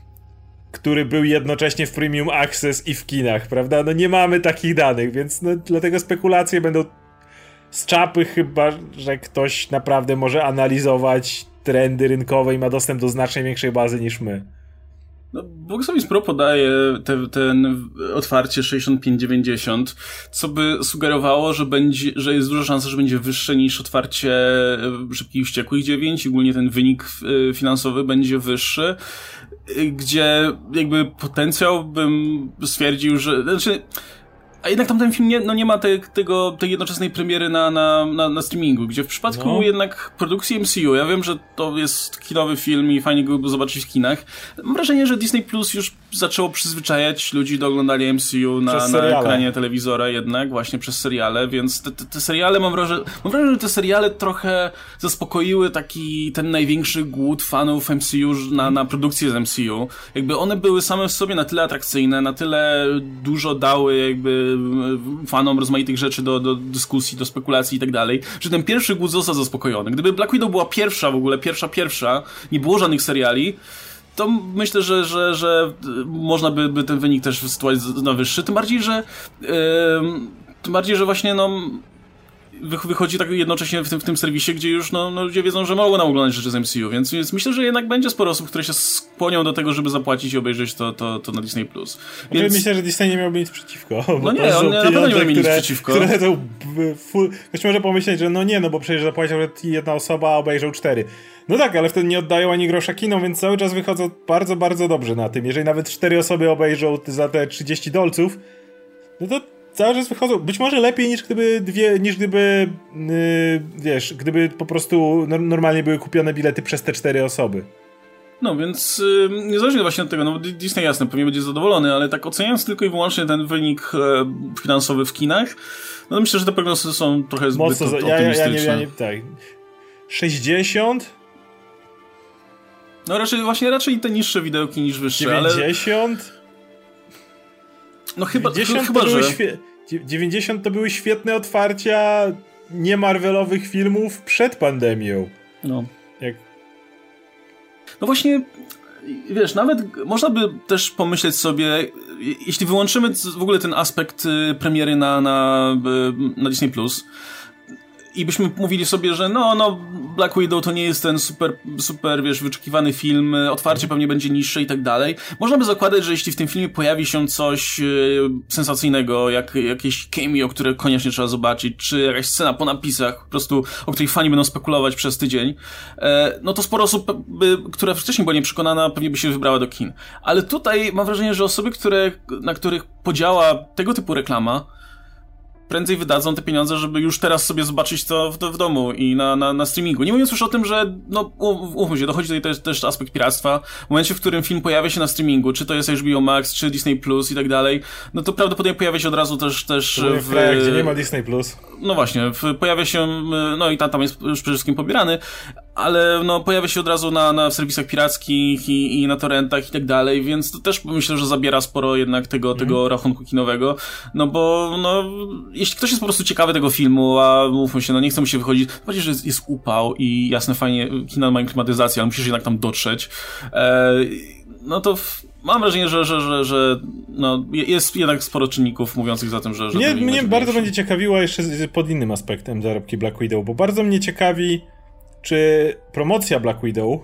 który był jednocześnie w Premium Access i w kinach, prawda? No nie mamy takich danych, więc no, dlatego spekulacje będą z czapy, chyba że ktoś naprawdę może analizować trendy rynkowe i ma dostęp do znacznie większej bazy niż my. No, Box Office Pro podaje te, ten otwarcie sześćdziesiąt pięć dziewięćdziesiąt, co by sugerowało, że będzie, że jest duża szansa, że będzie wyższe niż otwarcie Szybkich i Wściekłych dziewięć, i ogólnie ten wynik finansowy będzie wyższy, gdzie jakby potencjał bym stwierdził, że znaczy, a jednak tamten film nie, no nie ma te, tego, tej jednoczesnej premiery na, na, na, na streamingu, gdzie w przypadku no. jednak produkcji M C U, ja wiem, że to jest kinowy film i fajnie go zobaczyć w kinach. Mam wrażenie, że Disney Plus już zaczęło przyzwyczajać ludzi do oglądania M C U na, na ekranie telewizora jednak, właśnie przez seriale, więc te, te, te seriale mam wrażenie, mam wrażenie, że te seriale trochę zaspokoiły taki ten największy głód fanów M C U na, na produkcję z M C U. Jakby one były same w sobie na tyle atrakcyjne, na tyle dużo dały jakby fanom rozmaitych rzeczy do, do dyskusji, do spekulacji i tak dalej, że ten pierwszy głód został zaspokojony. Gdyby Black Widow była pierwsza w ogóle, pierwsza, pierwsza, nie było żadnych seriali, to myślę, że, że, że można by, by ten wynik też sytuować na wyższy, tym bardziej, że yy, tym bardziej, że właśnie no wychodzi tak jednocześnie w tym, w tym serwisie, gdzie już no, no, ludzie wiedzą, że mogą nam oglądać rzeczy z M C U, więc, więc myślę, że jednak będzie sporo osób, które się skłonią do tego, żeby zapłacić i obejrzeć to, to, to na Disney Plus. Więc... Myślę, że Disney nie miałby nic przeciwko. No nie, on na pewno nie miałby nic przeciwko. Które to full... Ktoś może pomyśleć, że no nie, no bo przecież zapłacił jedna osoba, a obejrzał cztery. No tak, ale wtedy nie oddają ani grosza kinom, więc cały czas wychodzą bardzo, bardzo dobrze na tym. Jeżeli nawet cztery osoby obejrzą za te trzydzieści dolców, no to cały czas wychodzą, być może lepiej niż gdyby dwie, niż gdyby yy, wiesz, gdyby po prostu no, normalnie były kupione bilety przez te cztery osoby. No więc yy, niezależnie właśnie od tego, no Disney jasne, pewnie będzie zadowolony, ale tak oceniając tylko i wyłącznie ten wynik e, finansowy w kinach, no to myślę, że te prognozy są trochę zbyt Mocno, optymistyczne. Ja, ja, ja nie, ja nie, tak. sześćdziesiąt? No raczej, właśnie raczej te niższe widełki niż wyższe, dziewięćdziesiąt? Ale... No chyba, dziewięćdziesiąt chyba to że... Świe... dziewięćdziesiąt to były świetne otwarcia nie-Marvelowych filmów przed pandemią. No. Jak... No właśnie, wiesz, nawet można by też pomyśleć sobie, jeśli wyłączymy w ogóle ten aspekt premiery na, na, na Disney Plus, i byśmy mówili sobie, że no, no, Black Widow to nie jest ten super, super, wiesz, wyczekiwany film, otwarcie pewnie będzie niższe i tak dalej. Można by zakładać, że jeśli w tym filmie pojawi się coś e, sensacyjnego, jak jakieś cameo, które koniecznie trzeba zobaczyć, czy jakaś scena po napisach, po prostu, o której fani będą spekulować przez tydzień, e, no to sporo osób, by, która wcześniej była nieprzekonana, pewnie by się wybrała do kin. Ale tutaj mam wrażenie, że osoby, które, na których podziała tego typu reklama, prędzej wydadzą te pieniądze, żeby już teraz sobie zobaczyć to w, to w domu i na, na, na streamingu. Nie mówiąc już o tym, że, no, umówmy się, dochodzi tutaj też, też aspekt piractwa. W momencie, w którym film pojawia się na streamingu, czy to jest H B O Max, czy Disney Plus i tak dalej, no to prawdopodobnie pojawia się od razu też, też w... w krajach, gdzie nie ma Disney Plus. No właśnie, w, pojawia się, no i tam, tam jest już przede wszystkim pobierany, ale no pojawia się od razu na, na serwisach pirackich i, i na torrentach i tak dalej, więc to też myślę, że zabiera sporo jednak tego, mm. tego rachunku kinowego, no bo no jeśli ktoś jest po prostu ciekawy tego filmu, a mówmy się, no nie chce mu się wychodzić, bardziej, że jest, jest upał i jasne, fajnie, kina mają klimatyzację, ale musisz jednak tam dotrzeć, e, no to w, mam wrażenie, że, że, że, że no, jest jednak sporo czynników mówiących za tym, że... że mnie mnie bardzo będzie ciekawiła jeszcze pod innym aspektem zarobki Black Widow, bo bardzo mnie ciekawi, czy promocja Black Widow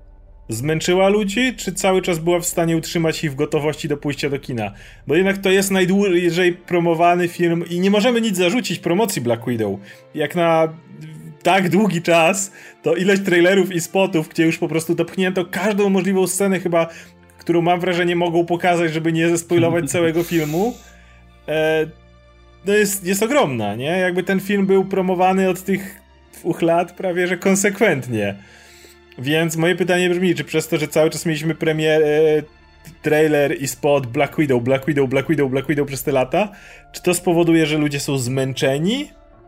zmęczyła ludzi, czy cały czas była w stanie utrzymać ich w gotowości do pójścia do kina. Bo jednak to jest najdłużej promowany film i nie możemy nic zarzucić promocji Black Widow. Jak na tak długi czas, to ilość trailerów i spotów, gdzie już po prostu dopchnięto każdą możliwą scenę chyba, którą mam wrażenie mogą pokazać, żeby nie zespoilować całego filmu, e, no jest, jest ogromna, nie? Jakby ten film był promowany od tych dwóch lat prawie, że konsekwentnie. Więc moje pytanie brzmi, czy przez to, że cały czas mieliśmy premier, e, trailer i spot Black Widow, Black Widow, Black Widow, Black Widow przez te lata, czy to spowoduje, że ludzie są zmęczeni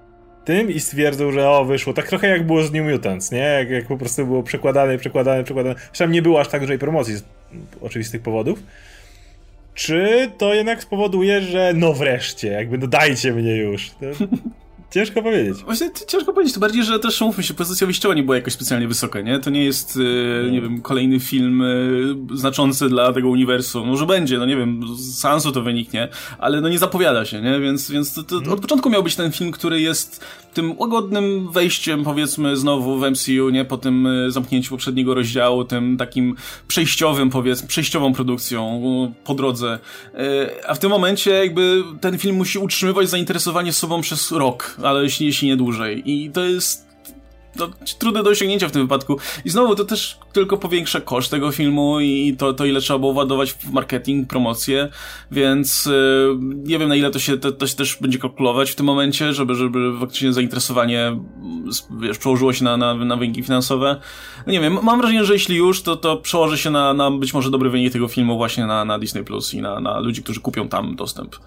tym i stwierdzą, że o, wyszło. Tak trochę jak było z New Mutants, nie? Jak, jak po prostu było przekładane, przekładane, przekładane. Zresztą nie było aż tak dużej promocji z oczywistych powodów. Czy to jednak spowoduje, że no wreszcie, jakby no dajcie mnie już. To... Ciężko powiedzieć. Właśnie ciężko powiedzieć, to bardziej, że też, mówmy się, pozycja wyjściowa nie była jakoś specjalnie wysoka, nie? To nie jest, nie, nie wiem, kolejny film znaczący dla tego uniwersum. Może będzie, no nie wiem, z seansu to wyniknie, ale no nie zapowiada się, nie? Więc, więc to, to od początku miał być ten film, który jest tym łagodnym wejściem, powiedzmy, znowu w M C U, nie? Po tym zamknięciu poprzedniego rozdziału, tym takim przejściowym, powiedzmy, przejściową produkcją po drodze. A w tym momencie jakby ten film musi utrzymywać zainteresowanie sobą przez rok, ale jeśli, jeśli nie dłużej. I to jest no, trudne do osiągnięcia w tym wypadku. I znowu to też tylko powiększa koszt tego filmu i to, to ile trzeba było ładować w marketing, promocję, więc yy, nie wiem, na ile to się, to, to się też będzie kalkulować w tym momencie, żeby, żeby faktycznie zainteresowanie, wiesz, przełożyło się na, na, na wyniki finansowe. No nie wiem, mam wrażenie, że jeśli już, to, to przełoży się na, na być może dobry wynik tego filmu właśnie na, na Disney Plus i na, na ludzi, którzy kupią tam dostęp.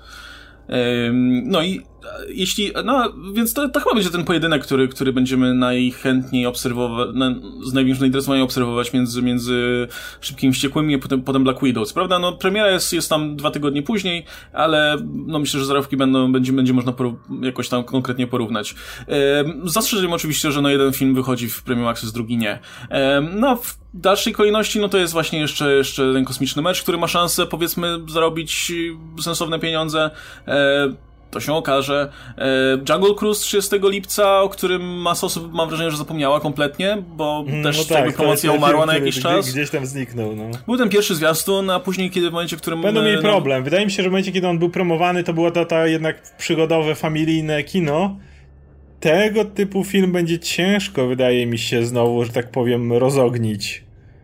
No i jeśli, no więc to, to chyba będzie ten pojedynek, który, który będziemy najchętniej obserwować, na, z największym zainteresowaniem obserwować między, między Szybkim i Wściekłymi, a potem, potem Black Widow. Co prawda, no premiera jest, jest tam dwa tygodnie później, ale no myślę, że zarobki będą, będzie, będzie można poró- jakoś tam konkretnie porównać. Z zastrzeżeniem oczywiście, że no jeden film wychodzi w Premium Access, drugi nie. No w dalszej kolejności, no to jest właśnie jeszcze, jeszcze ten kosmiczny mecz, który ma szansę, powiedzmy, zarobić sensowne pieniądze. To się okaże. Jungle Cruise trzydziestego lipca, o którym masa osób, mam wrażenie, że zapomniała kompletnie, bo mm, też no tak, jakby promocja umarła na jakiś czas. Gdzieś tam zniknął, no. Był ten pierwszy zwiastun, a później, kiedy w momencie, w którym... Będą mieli no... problem. Wydaje mi się, że w momencie, kiedy on był promowany, to było to, to jednak przygodowe, familijne kino. Tego typu film będzie ciężko, wydaje mi się, znowu, że tak powiem, rozognić.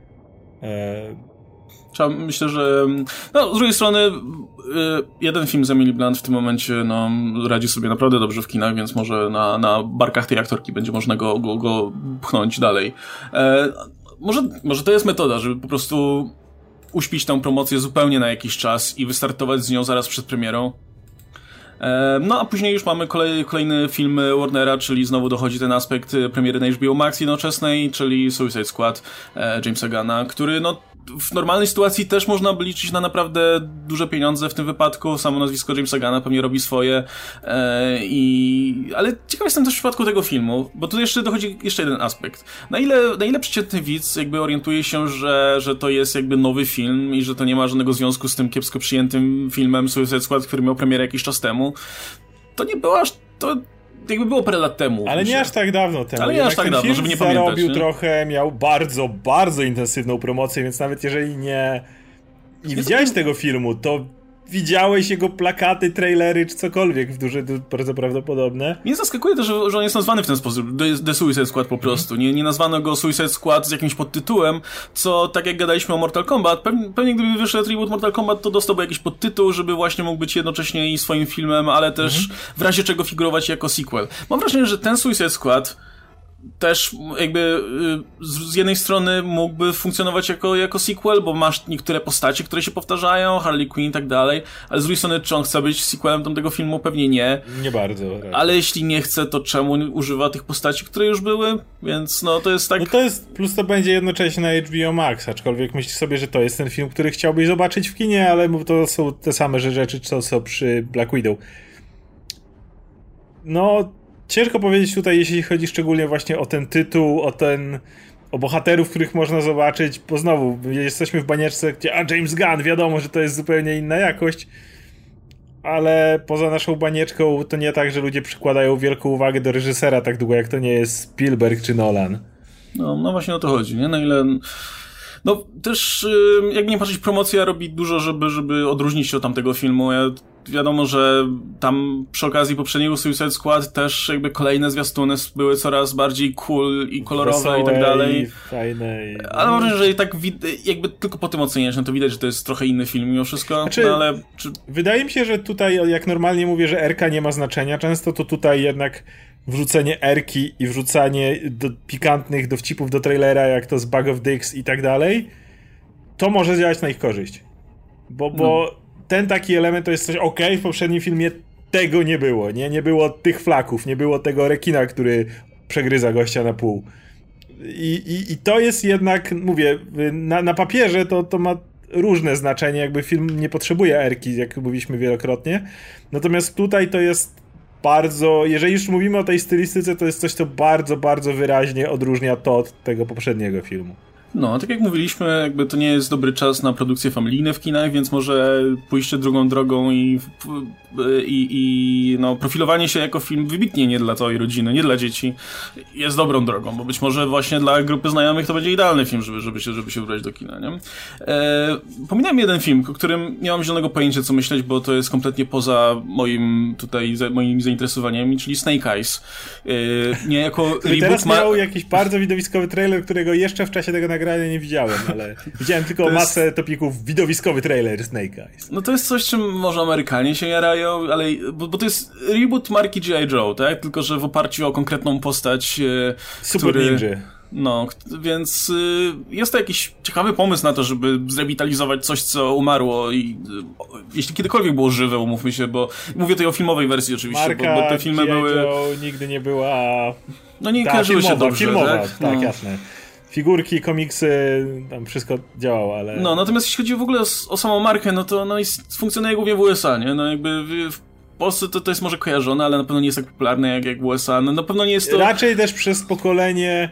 E... Trzeba, myślę, że... No, z drugiej strony jeden film z Emily Blunt w tym momencie no, radzi sobie naprawdę dobrze w kinach, więc może na, na barkach tej aktorki będzie można go, go, go pchnąć dalej. E, może, może to jest metoda, żeby po prostu uśpić tę promocję zupełnie na jakiś czas i wystartować z nią zaraz przed premierą. No a później już mamy kolej, kolejny film Warnera, czyli znowu dochodzi ten aspekt premiery na H B O Max jednoczesnej, czyli Suicide Squad e, Jamesa Gunna, który no w normalnej sytuacji też można by liczyć na naprawdę duże pieniądze w tym wypadku. Samo nazwisko Jamesa Gunna pewnie robi swoje. E, i... Ale ciekaw jestem też w przypadku tego filmu, bo tu jeszcze dochodzi jeszcze jeden aspekt. Na ile, na ile przeciętny widz jakby orientuje się, że, że to jest jakby nowy film i że to nie ma żadnego związku z tym kiepsko przyjętym filmem Suicide Squad, który miał premierę jakiś czas temu. To nie było aż... To jakby było parę lat temu. Ale nie aż tak dawno temu. Ale nie aż tak dawno, żeby nie pamiętać. Zarobił nie? trochę, miał bardzo, bardzo intensywną promocję, więc nawet jeżeli nie, nie widziałeś tego filmu, to widziałeś jego plakaty, trailery czy cokolwiek w duże, bardzo prawdopodobne. Mnie zaskakuje to, że, że on jest nazwany w ten sposób, The Suicide Squad po prostu. Nie, nie nazwano go Suicide Squad z jakimś podtytułem, co tak jak gadaliśmy o Mortal Kombat, pewnie, pewnie gdyby wyszedł reboot Mortal Kombat, to dostałby jakiś podtytuł, żeby właśnie mógł być jednocześnie i swoim filmem, ale też mhm. w razie czego figurować jako sequel. Mam wrażenie, że ten Suicide Squad też jakby z jednej strony mógłby funkcjonować jako, jako sequel, bo masz niektóre postacie, które się powtarzają, Harley Quinn i tak dalej, ale z drugiej strony czy on chce być sequelem tamtego filmu? Pewnie nie. Nie bardzo. Tak. Ale jeśli nie chce, to czemu używa tych postaci, które już były? Więc no to jest tak... No to jest, plus to będzie jednocześnie na H B O Max, aczkolwiek myślisz sobie, że to jest ten film, który chciałbyś zobaczyć w kinie, ale to są te same rzeczy, co, co przy Black Widow. No... Ciężko powiedzieć tutaj, jeśli chodzi szczególnie właśnie o ten tytuł, o ten, o bohaterów, których można zobaczyć, bo znowu, jesteśmy w banieczce, gdzie, a James Gunn, wiadomo, że to jest zupełnie inna jakość, ale poza naszą banieczką to nie tak, że ludzie przykładają wielką uwagę do reżysera tak długo, jak to nie jest Spielberg czy Nolan. No, no właśnie o to chodzi, nie? Na ile... No też, jak nie patrzeć, promocja robi dużo, żeby, żeby odróżnić się od tamtego filmu. Ja, wiadomo, że tam przy okazji poprzedniego Suicide Squad też jakby kolejne zwiastuny były coraz bardziej cool i kolorowe wesołe i tak dalej. I fajne. I... Ale mam wrażenie, że i tak jakby tylko po tym oceniać, no to widać, że to jest trochę inny film mimo wszystko. Znaczy, no ale, czy... Wydaje mi się, że tutaj, jak normalnie mówię, że R K nie ma znaczenia, często to tutaj jednak wrzucenie erki i wrzucanie do pikantnych dowcipów do trailera, jak to z Bag of Dicks i tak dalej, to może działać na ich korzyść. Bo, bo no. ten taki element to jest coś, okej, okay, w poprzednim filmie tego nie było, nie? Nie było tych flaków, nie było tego rekina, który przegryza gościa na pół. I, i, i to jest jednak, mówię, na, na papierze to, to ma różne znaczenie, jakby film nie potrzebuje erki, jak mówiliśmy wielokrotnie. Natomiast tutaj to jest bardzo, jeżeli już mówimy o tej stylistyce, to jest coś, co bardzo, bardzo wyraźnie odróżnia to od tego poprzedniego filmu. No, tak jak mówiliśmy, jakby to nie jest dobry czas na produkcje familijne w kinach, więc może pójście drugą drogą i, i, i no, profilowanie się jako film wybitnie nie dla całej rodziny, nie dla dzieci, jest dobrą drogą, bo być może właśnie dla grupy znajomych to będzie idealny film, żeby, żeby, się, żeby się wybrać do kina, nie? E, pominąłem jeden film, o którym nie mam zielonego pojęcia, co myśleć, bo to jest kompletnie poza moim tutaj, za, moimi zainteresowaniami, czyli Snake Eyes. E, nie jako reboot... Teraz miał ma... jakiś bardzo widowiskowy trailer, którego jeszcze w czasie tego nagrania nie widziałem, ale widziałem tylko jest... masę topików, widowiskowy trailer Snake Eyes. No to jest coś, czym może Amerykanie się jarają, ale, bo, bo to jest reboot marki G I. Joe, tak? Tylko że w oparciu o konkretną postać, Super który... Ninja. No, więc y, jest to jakiś ciekawy pomysł na to, żeby zrewitalizować coś, co umarło i y, jeśli kiedykolwiek było żywe, umówmy się, bo mówię tutaj o filmowej wersji oczywiście, marka bo, bo te filmy G I. były... Joe nigdy nie była... No nie kojarzyły się dobrze, filmowa, tak? tak, no. jasne. Figurki, komiksy, tam wszystko działało, ale... No, natomiast jeśli chodzi w ogóle o, o samą markę, no to no, jest, funkcjonuje głównie w U S A, nie? No jakby w, w Polsce to, to jest może kojarzone, ale na pewno nie jest tak popularne jak, jak w U S A. No na pewno nie jest to... Raczej też przez pokolenie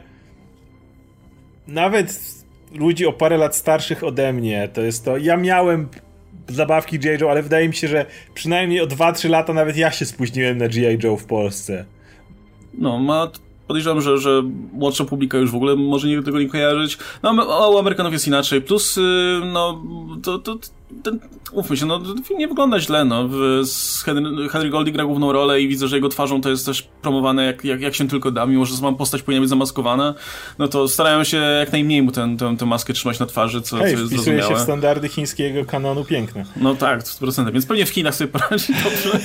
nawet ludzi o parę lat starszych ode mnie, to jest to... Ja miałem zabawki G I. Joe, ale wydaje mi się, że przynajmniej o dwa trzy lata nawet ja się spóźniłem na G I. Joe w Polsce. No, ma... Podejrzewam, że, że młodsza publika już w ogóle może nie, tego nie kojarzyć. No, u Amerykanów jest inaczej. Plus, no, to, to, ten, mówmy się, no, ten film nie wygląda źle, no. Z Henry, Henry Goldie gra główną rolę i widzę, że jego twarzą to jest też promowane jak, jak, jak się tylko da, mimo że sama postać powinna być zamaskowana, no to starają się jak najmniej mu tę, tę, tę maskę trzymać na twarzy, co, Hej, co jest wpisuje zrozumiałe. się w standardy chińskiego kanonu piękne. No tak, sto procent, więc pewnie w Chinach sobie poradzi dobrze.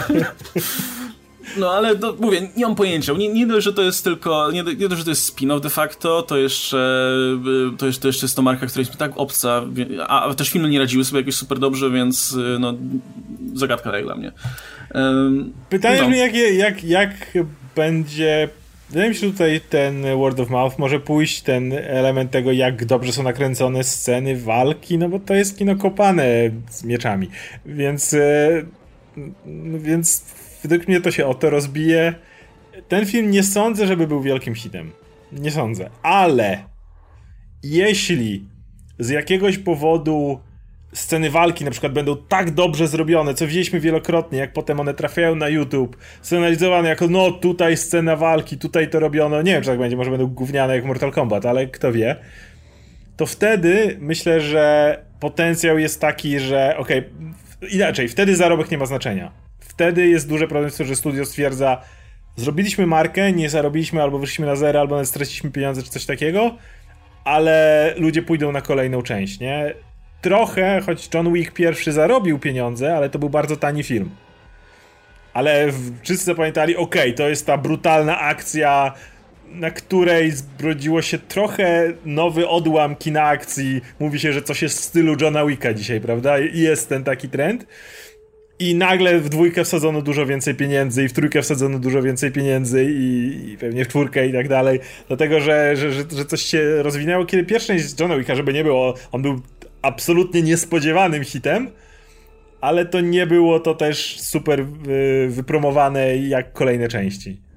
No ale to, mówię, nie mam pojęcia. Nie, nie dość, że to jest tylko, nie, nie dość, że to jest spin-off de facto, to jeszcze to, jeszcze, to jeszcze jest to marka, która jest mi tak obca, a, a też filmy nie radziły sobie jakoś super dobrze, więc no, zagadka dalej dla mnie. Um, Pytanie no. mnie, jak, jak, jak będzie... Wydaje mi się, że tutaj ten word of mouth może pójść, ten element tego, jak dobrze są nakręcone sceny walki, no bo to jest kino kopane z mieczami. Więc... Więc... Według mnie to się o to rozbije. Ten film nie sądzę, żeby był wielkim hitem. Nie sądzę. Ale jeśli z jakiegoś powodu sceny walki na przykład będą tak dobrze zrobione, co widzieliśmy wielokrotnie, jak potem one trafiają na YouTube, scenarizowane jako no tutaj scena walki, tutaj to robiono, nie wiem czy tak będzie, może będą gówniane jak Mortal Kombat, ale kto wie, to wtedy myślę, że potencjał jest taki, że okej, okay, inaczej, wtedy zarobek nie ma znaczenia. Wtedy jest duże prawdopodobieństwo, że studio stwierdza, zrobiliśmy markę, nie zarobiliśmy, albo wyszliśmy na zero, albo straciliśmy pieniądze, czy coś takiego, ale ludzie pójdą na kolejną część, nie? Trochę, choć John Wick pierwszy zarobił pieniądze, ale to był bardzo tani film. Ale wszyscy zapamiętali, okej, okay, to jest ta brutalna akcja, na której zbrodziło się trochę nowy odłam kina akcji. Mówi się, że coś jest w stylu Johna Wicka dzisiaj, prawda? I jest ten taki trend. I nagle w dwójkę wsadzono dużo więcej pieniędzy i w trójkę wsadzono dużo więcej pieniędzy i, i pewnie w czwórkę i tak dalej. Dlatego, że, że, że, że coś się rozwinęło. Kiedy pierwsza część Johna Wicka, żeby nie było, on był absolutnie niespodziewanym hitem, ale to nie było to też super wypromowane jak kolejne części.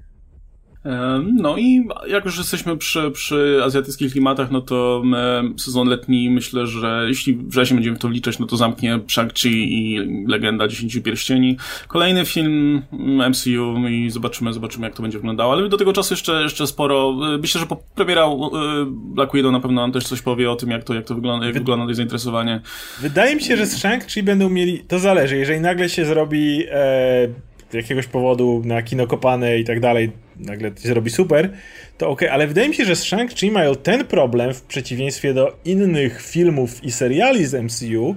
No i jak już jesteśmy przy, przy azjatyckich klimatach, no to sezon letni, myślę, że jeśli wrześniu będziemy w to wliczać, no to zamknie Shang-Chi i Legenda Dziesięciu Pierścieni. Kolejny film M C U i zobaczymy, zobaczymy jak to będzie wyglądało, ale do tego czasu jeszcze, jeszcze sporo. Myślę, że po premiera Black Widow na pewno nam też coś powie o tym, jak to, jak to wygląda, jak Wy... wygląda to zainteresowanie. Wydaje mi się, że z Shang-Chi będą mieli, to zależy, jeżeli nagle się zrobi e... z jakiegoś powodu na kino kopane i tak dalej, nagle to się robi super, to okej, okay. Ale wydaje mi się, że z Shang-Chi mają ten problem w przeciwieństwie do innych filmów i seriali z M C U.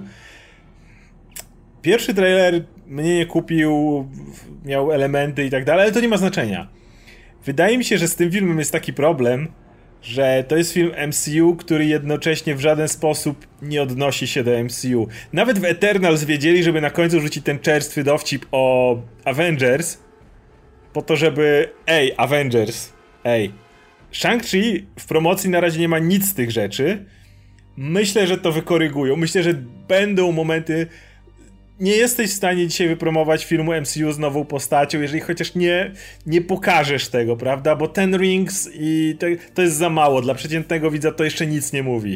Pierwszy trailer mnie nie kupił, miał elementy i tak dalej, ale to nie ma znaczenia. Wydaje mi się, że z tym filmem jest taki problem, że to jest film M C U, który jednocześnie w żaden sposób nie odnosi się do M C U. Nawet w Eternals wiedzieli, żeby na końcu rzucić ten czerstwy dowcip o Avengers, po to, żeby ej, Avengers, ej. Shang-Chi w promocji na razie nie ma nic z tych rzeczy. Myślę, że to wykorygują. Myślę, że będą momenty... Nie jesteś w stanie dzisiaj wypromować filmu M C U z nową postacią, jeżeli chociaż nie, nie pokażesz tego, prawda? Bo ten Rings i to, to jest za mało. Dla przeciętnego widza to jeszcze nic nie mówi.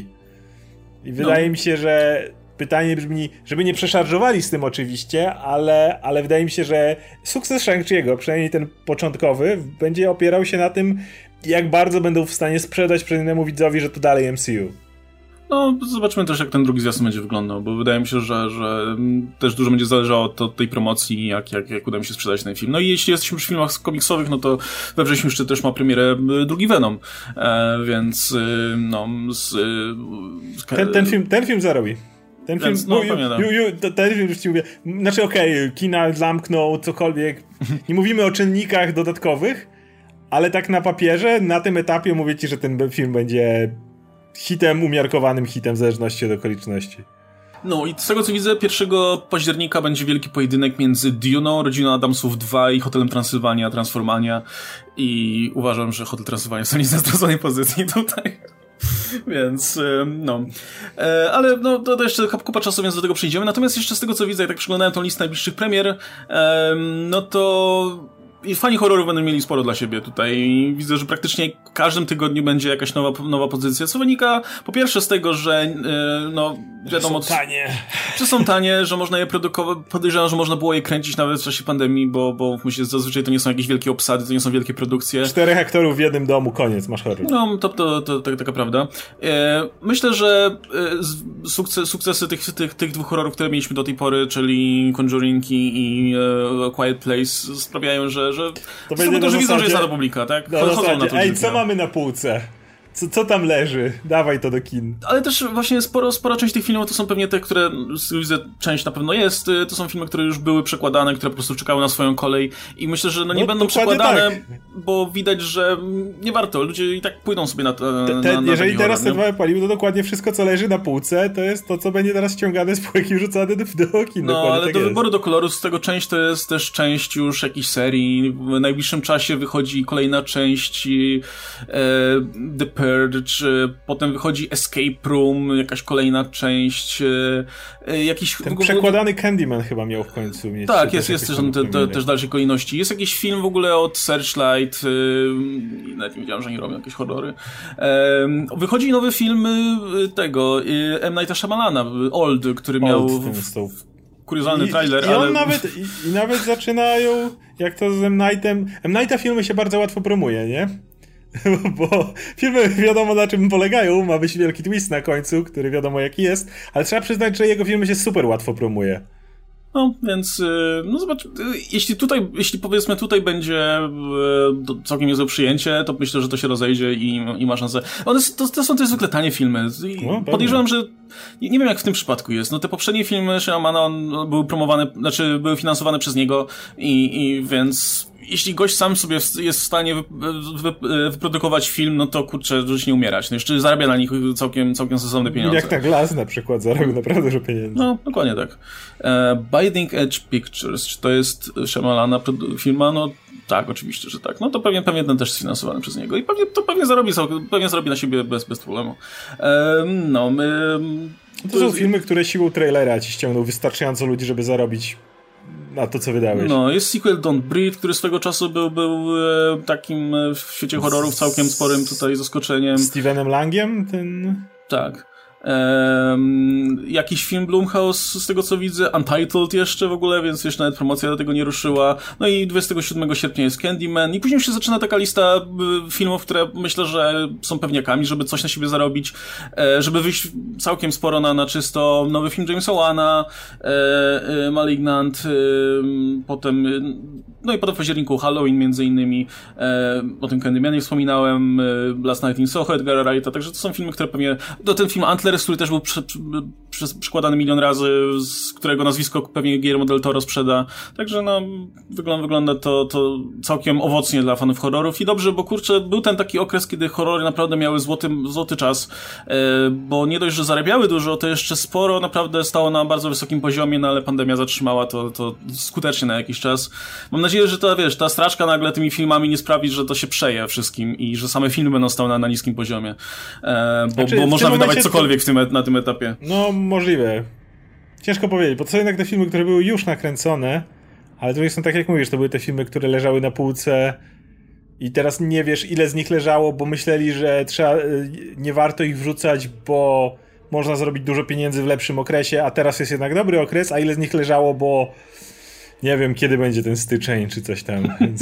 I wydaje no. mi się, że pytanie brzmi, żeby nie przeszarżowali z tym oczywiście, ale, ale wydaje mi się, że sukces Shang-Chi'ego, przynajmniej ten początkowy, będzie opierał się na tym, jak bardzo będą w stanie sprzedać przeciętnemu widzowi, że to dalej M C U. No, zobaczmy też, jak ten drugi zwiastun będzie wyglądał, bo wydaje mi się, że, że też dużo będzie zależało od, od tej promocji, jak, jak, jak uda mi się sprzedać ten film. No i jeśli jesteśmy przy filmach komiksowych, no to we wrześniu jeszcze też ma premierę drugi Venom, e, więc no... Z, z... Ten, ten, film, ten film zarobi. Ten film, Więc, no, ju, ju, ju, ten film już ci mówię, znaczy okej, okay, kina zamknął, cokolwiek, nie mówimy o czynnikach dodatkowych, ale tak na papierze, na tym etapie mówię ci, że ten film będzie hitem, umiarkowanym hitem w zależności od okoliczności. No i z tego co widzę, pierwszego października będzie wielki pojedynek między Dune'ą, Rodziną Adamsów dwa i Hotelem Transylwania, Transformania i uważam, że Hotel Transylwania są nie na straconej pozycji tutaj. Więc, no. Ale no, to, to jeszcze kupa czasu, więc do tego przejdziemy. Natomiast jeszcze z tego co widzę, jak tak przeglądałem tą listę najbliższych premier, no to i fani horrorów będą mieli sporo dla siebie tutaj. Widzę, że praktycznie w każdym tygodniu będzie jakaś nowa, nowa pozycja, co wynika po pierwsze z tego, że yy, no wiadomo... Że są tanie. Że są tanie, że można je produkować. Podejrzewam, że można było je kręcić nawet w czasie pandemii, bo, bo myślę, że zazwyczaj to nie są jakieś wielkie obsady, to nie są wielkie produkcje. Czterech aktorów w jednym domu, koniec, masz horror. No, to, to, to, to taka prawda. Yy, myślę, że yy, sukces, sukcesy tych, tych, tych dwóch horrorów, które mieliśmy do tej pory, czyli Conjuring i, i yy, Quiet Place, sprawiają, że że to będzie to, że widzą, zasadzie, że jest na publika, tak? Na zasadzie, na ej, co mamy na półce? Co, co tam leży? Dawaj to do kin. Ale też właśnie sporo, spora część tych filmów to są pewnie te, które, widzę, część na pewno jest, to są filmy, które już były przekładane, które po prostu czekały na swoją kolej i myślę, że no nie no, będą przekładane, tak. Bo widać, że nie warto, ludzie i tak pójdą sobie na to. Te, te, na jeżeli teraz te dwa palił, to dokładnie wszystko, co leży na półce, to jest to, co będzie teraz ściągane z półek i wrzucane do, do kin. No, ale tak do jest. wyboru do kolorów, z tego część to jest też część już jakiejś serii. W najbliższym czasie wychodzi kolejna część e, The Joker, czy potem wychodzi Escape Room, jakaś kolejna część, jakiś... Ten w ogóle... przekładany Candyman chyba miał w końcu mieć. Tak, jest, jest też, te, te, też dalszej kolejności. Jest jakiś film w ogóle od Searchlight, yy, nawet nie wiedziałem, że nie robią jakieś horrory. Yy, wychodzi nowy film tego, yy, M. Nighta Shyamalana, Old, który miał... Old, kuriozalny I, trailer, i on ale... Nawet, i, I nawet zaczynają, jak to z M. Nightem... M. Nighta filmy się bardzo łatwo promuje, nie? Bo filmy wiadomo na czym polegają, ma być wielki twist na końcu, który wiadomo jaki jest, ale trzeba przyznać, że jego filmy się super łatwo promuje. No, więc, no zobacz, jeśli tutaj, jeśli powiedzmy tutaj będzie całkiem niezłe przyjęcie, to myślę, że to się rozejdzie i, i ma szansę. One to, to są te zwykle tanie filmy. No, podejrzewam, że nie, nie wiem jak w tym przypadku jest. No te poprzednie filmy Shyamana były promowane, znaczy były finansowane przez niego i, i więc jeśli gość sam sobie jest w stanie wy, wy, wyprodukować film, no to kurczę, że się nie umierać. No jeszcze zarabia na nich całkiem, całkiem sensowne pieniądze. Jak tak Glass na przykład zarobił naprawdę dużo pieniędzy. No, dokładnie tak. E, Binding Edge Pictures, czy to jest Shyamalana firma? No tak, oczywiście, że tak. No to pewnie, pewnie ten też jest finansowany przez niego i pewnie, to pewnie zarobi, pewnie zarobi na siebie bez, bez problemu. E, no, my... To, to są filmy, które siłą trailera ci ściągną wystarczająco ludzi, żeby zarobić na to, co wydałeś. No, jest sequel Don't Breathe, który swego czasu był, był e, takim e, w świecie horrorów całkiem sporym tutaj zaskoczeniem. Stevenem Langiem? Ten... Tak. Um, jakiś film Blumhouse, z tego co widzę, Untitled jeszcze w ogóle, więc jeszcze nawet promocja do tego nie ruszyła. No i dwudziestego siódmego sierpnia jest Candyman i później się zaczyna taka lista y, filmów, które myślę, że są pewniakami, żeby coś na siebie zarobić, e, żeby wyjść całkiem sporo na, na czysto. Nowy film Jamesa Wana, e, e, Malignant, e, potem no i potem w październiku Halloween między innymi, e, o tym Candymanie wspominałem, e, Last Night in Soho Edgara Wrighta, także to są filmy, które pewnie, do ten film Antlers, który też był przy, przy, przy, przykładany milion razy, z którego nazwisko pewnie Guillermo del Toro sprzeda, także no wygląda, wygląda to, to całkiem owocnie dla fanów horrorów i dobrze, bo kurczę, był ten taki okres, kiedy horrory naprawdę miały złoty, złoty czas, e, bo nie dość, że zarabiały dużo, to jeszcze sporo naprawdę stało na bardzo wysokim poziomie, no ale pandemia zatrzymała to, to skutecznie na jakiś czas. Mam nadzieję, że ta, wiesz, ta straczka nagle tymi filmami nie sprawi, że to się przeje wszystkim i że same filmy będą stały na, na niskim poziomie. E, bo, znaczy, bo można wydawać cokolwiek to... w tym, na tym etapie. No, możliwe. Ciężko powiedzieć, bo to są jednak te filmy, które były już nakręcone, ale to są tak jak mówisz, to były te filmy, które leżały na półce i teraz nie wiesz, ile z nich leżało, bo myśleli, że trzeba, nie warto ich wrzucać, bo można zrobić dużo pieniędzy w lepszym okresie, a teraz jest jednak dobry okres, a ile z nich leżało, bo nie wiem, kiedy będzie ten styczeń, czy coś tam. Więc...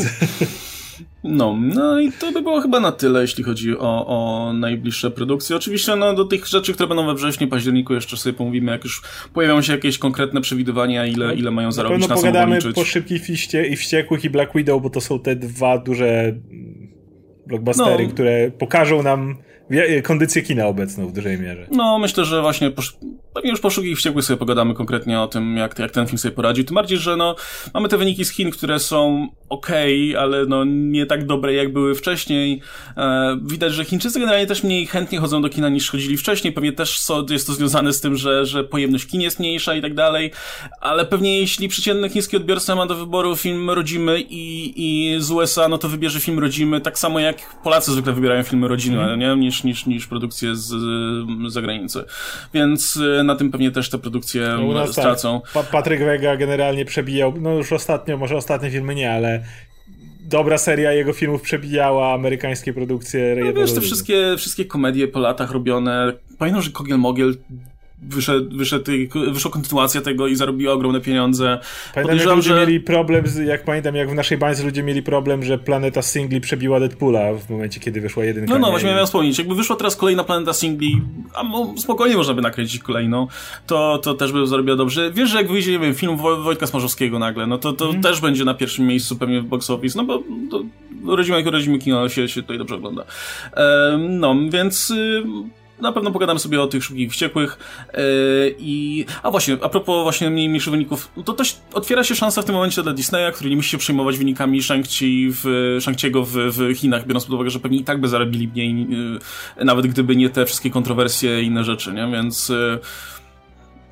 No, no i to by było chyba na tyle, jeśli chodzi o, o najbliższe produkcje. Oczywiście no, do tych rzeczy, które będą we wrześniu, październiku jeszcze sobie pomówimy, jak już pojawią się jakieś konkretne przewidywania, ile, ile mają zarobić, na, na co mogą liczyć. Po Szybkich i, wście- i Wściekłych i Black Widow, bo to są te dwa duże blockbustery, no, które pokażą nam kondycję kina obecną w dużej mierze. No, myślę, że właśnie posz... pewnie już po Szybkich i Wściekłych sobie pogadamy konkretnie o tym, jak, jak ten film sobie poradził. Tym bardziej, że no, mamy te wyniki z Chin, które są okej, okay, ale no nie tak dobre, jak były wcześniej. E, widać, że Chińczycy generalnie też mniej chętnie chodzą do kina niż chodzili wcześniej. Pewnie też so, jest to związane z tym, że, że pojemność kin jest mniejsza i tak dalej, ale pewnie jeśli przeciętny chiński odbiorca ma do wyboru film rodzimy i, i z U S A, no to wybierze film rodzimy, tak samo jak Polacy zwykle wybierają filmy rodzime, mm. nie? Niż, niż, niż produkcje z, z zagranicy. Więc na tym pewnie też te produkcje no, stracą. Tak. Pa- Patryk Wega generalnie przebijał, no już ostatnio, może ostatnie filmy nie, ale dobra seria jego filmów przebijała amerykańskie produkcje. No wiesz, te wszystkie, wszystkie komedie po latach robione. Pamiętam, że Kogiel Mogiel wyszedł, wyszedł, wyszła kontynuacja tego i zarobiła ogromne pieniądze. Pamiętam, jak ludzie że... mieli problem, z, jak pamiętam, jak w naszej bańce ludzie mieli problem, że Planeta Singli przebiła Deadpoola w momencie, kiedy wyszła jedynka. No, no, właśnie miałem wspomnieć. Jakby wyszła teraz kolejna Planeta Singli, a no, spokojnie można by nakręcić kolejną, to, to też by zarobiła dobrze. Wiesz, że jak wyjdzie, nie wiem, film Woj- Wojtka Smarzowskiego nagle, no to, to hmm. też będzie na pierwszym miejscu pewnie w box office, no bo to rodzimy, jak rodzimy kino się, się tutaj dobrze ogląda. Ehm, no, więc... Y- Na pewno pogadamy sobie o tych Szybkich i Wściekłych yy, i... A właśnie, a propos właśnie mniej mniejszych wyników, to też otwiera się szansa w tym momencie dla Disneya, który nie musi się przejmować wynikami Shang-Chi w, Shang-Chi'ego w, w Chinach, biorąc pod uwagę, że pewnie i tak by zarobili mniej, yy, nawet gdyby nie te wszystkie kontrowersje i inne rzeczy, nie? Więc... Yy,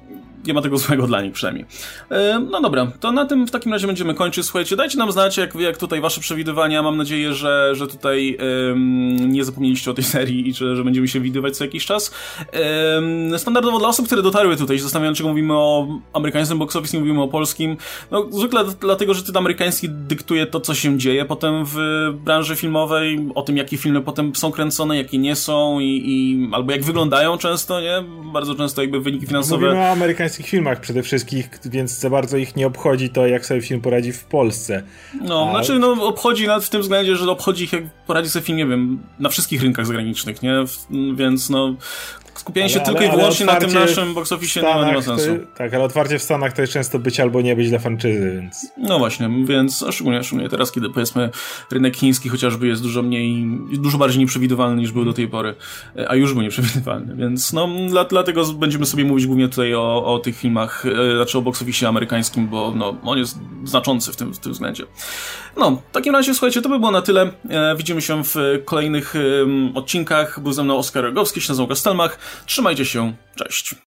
nie ma tego złego dla nich przynajmniej. No dobra, to na tym w takim razie będziemy kończyć. Słuchajcie, dajcie nam znać, jak, jak tutaj wasze przewidywania. Mam nadzieję, że, że tutaj um, nie zapomnieliście o tej serii i że, że będziemy się widywać co jakiś czas. Um, standardowo dla osób, które dotarły tutaj, się zastanawiają, czy mówimy o amerykańskim box office, nie mówimy o polskim. No zwykle dlatego, że ten amerykański dyktuje to, co się dzieje potem w branży filmowej, o tym, jakie filmy potem są kręcone, jakie nie są i, i albo jak wyglądają często, nie? Bardzo często jakby wyniki finansowe. Mówimy o amerykańskich filmach przede wszystkim, więc za bardzo ich nie obchodzi to, jak sobie film poradzi w Polsce. No, A... znaczy no obchodzi nawet w tym względzie, że obchodzi ich, jak poradzi sobie film, nie wiem, na wszystkich rynkach zagranicznych, nie? Więc no skupianie się ale, tylko ale, i wyłącznie na tym naszym box office nie ma, nie ma sensu. To, tak, ale otwarcie w Stanach to jest często być albo nie być dla franczyzy, więc... No właśnie, więc szczególnie, szczególnie teraz, kiedy powiedzmy rynek chiński chociażby jest dużo mniej, dużo bardziej nieprzewidywalny niż był do tej pory, a już był nieprzewidywalny, więc no dla, dlatego będziemy sobie mówić głównie tutaj o, o tych filmach, znaczy o box office amerykańskim, bo no, on jest znaczący w tym, w tym względzie. No, w takim razie, słuchajcie, to by było na tyle. E, widzimy się w kolejnych e, odcinkach. Był ze mną Oskar Rogowski, się nazywam Kastelmach. Trzymajcie się, cześć.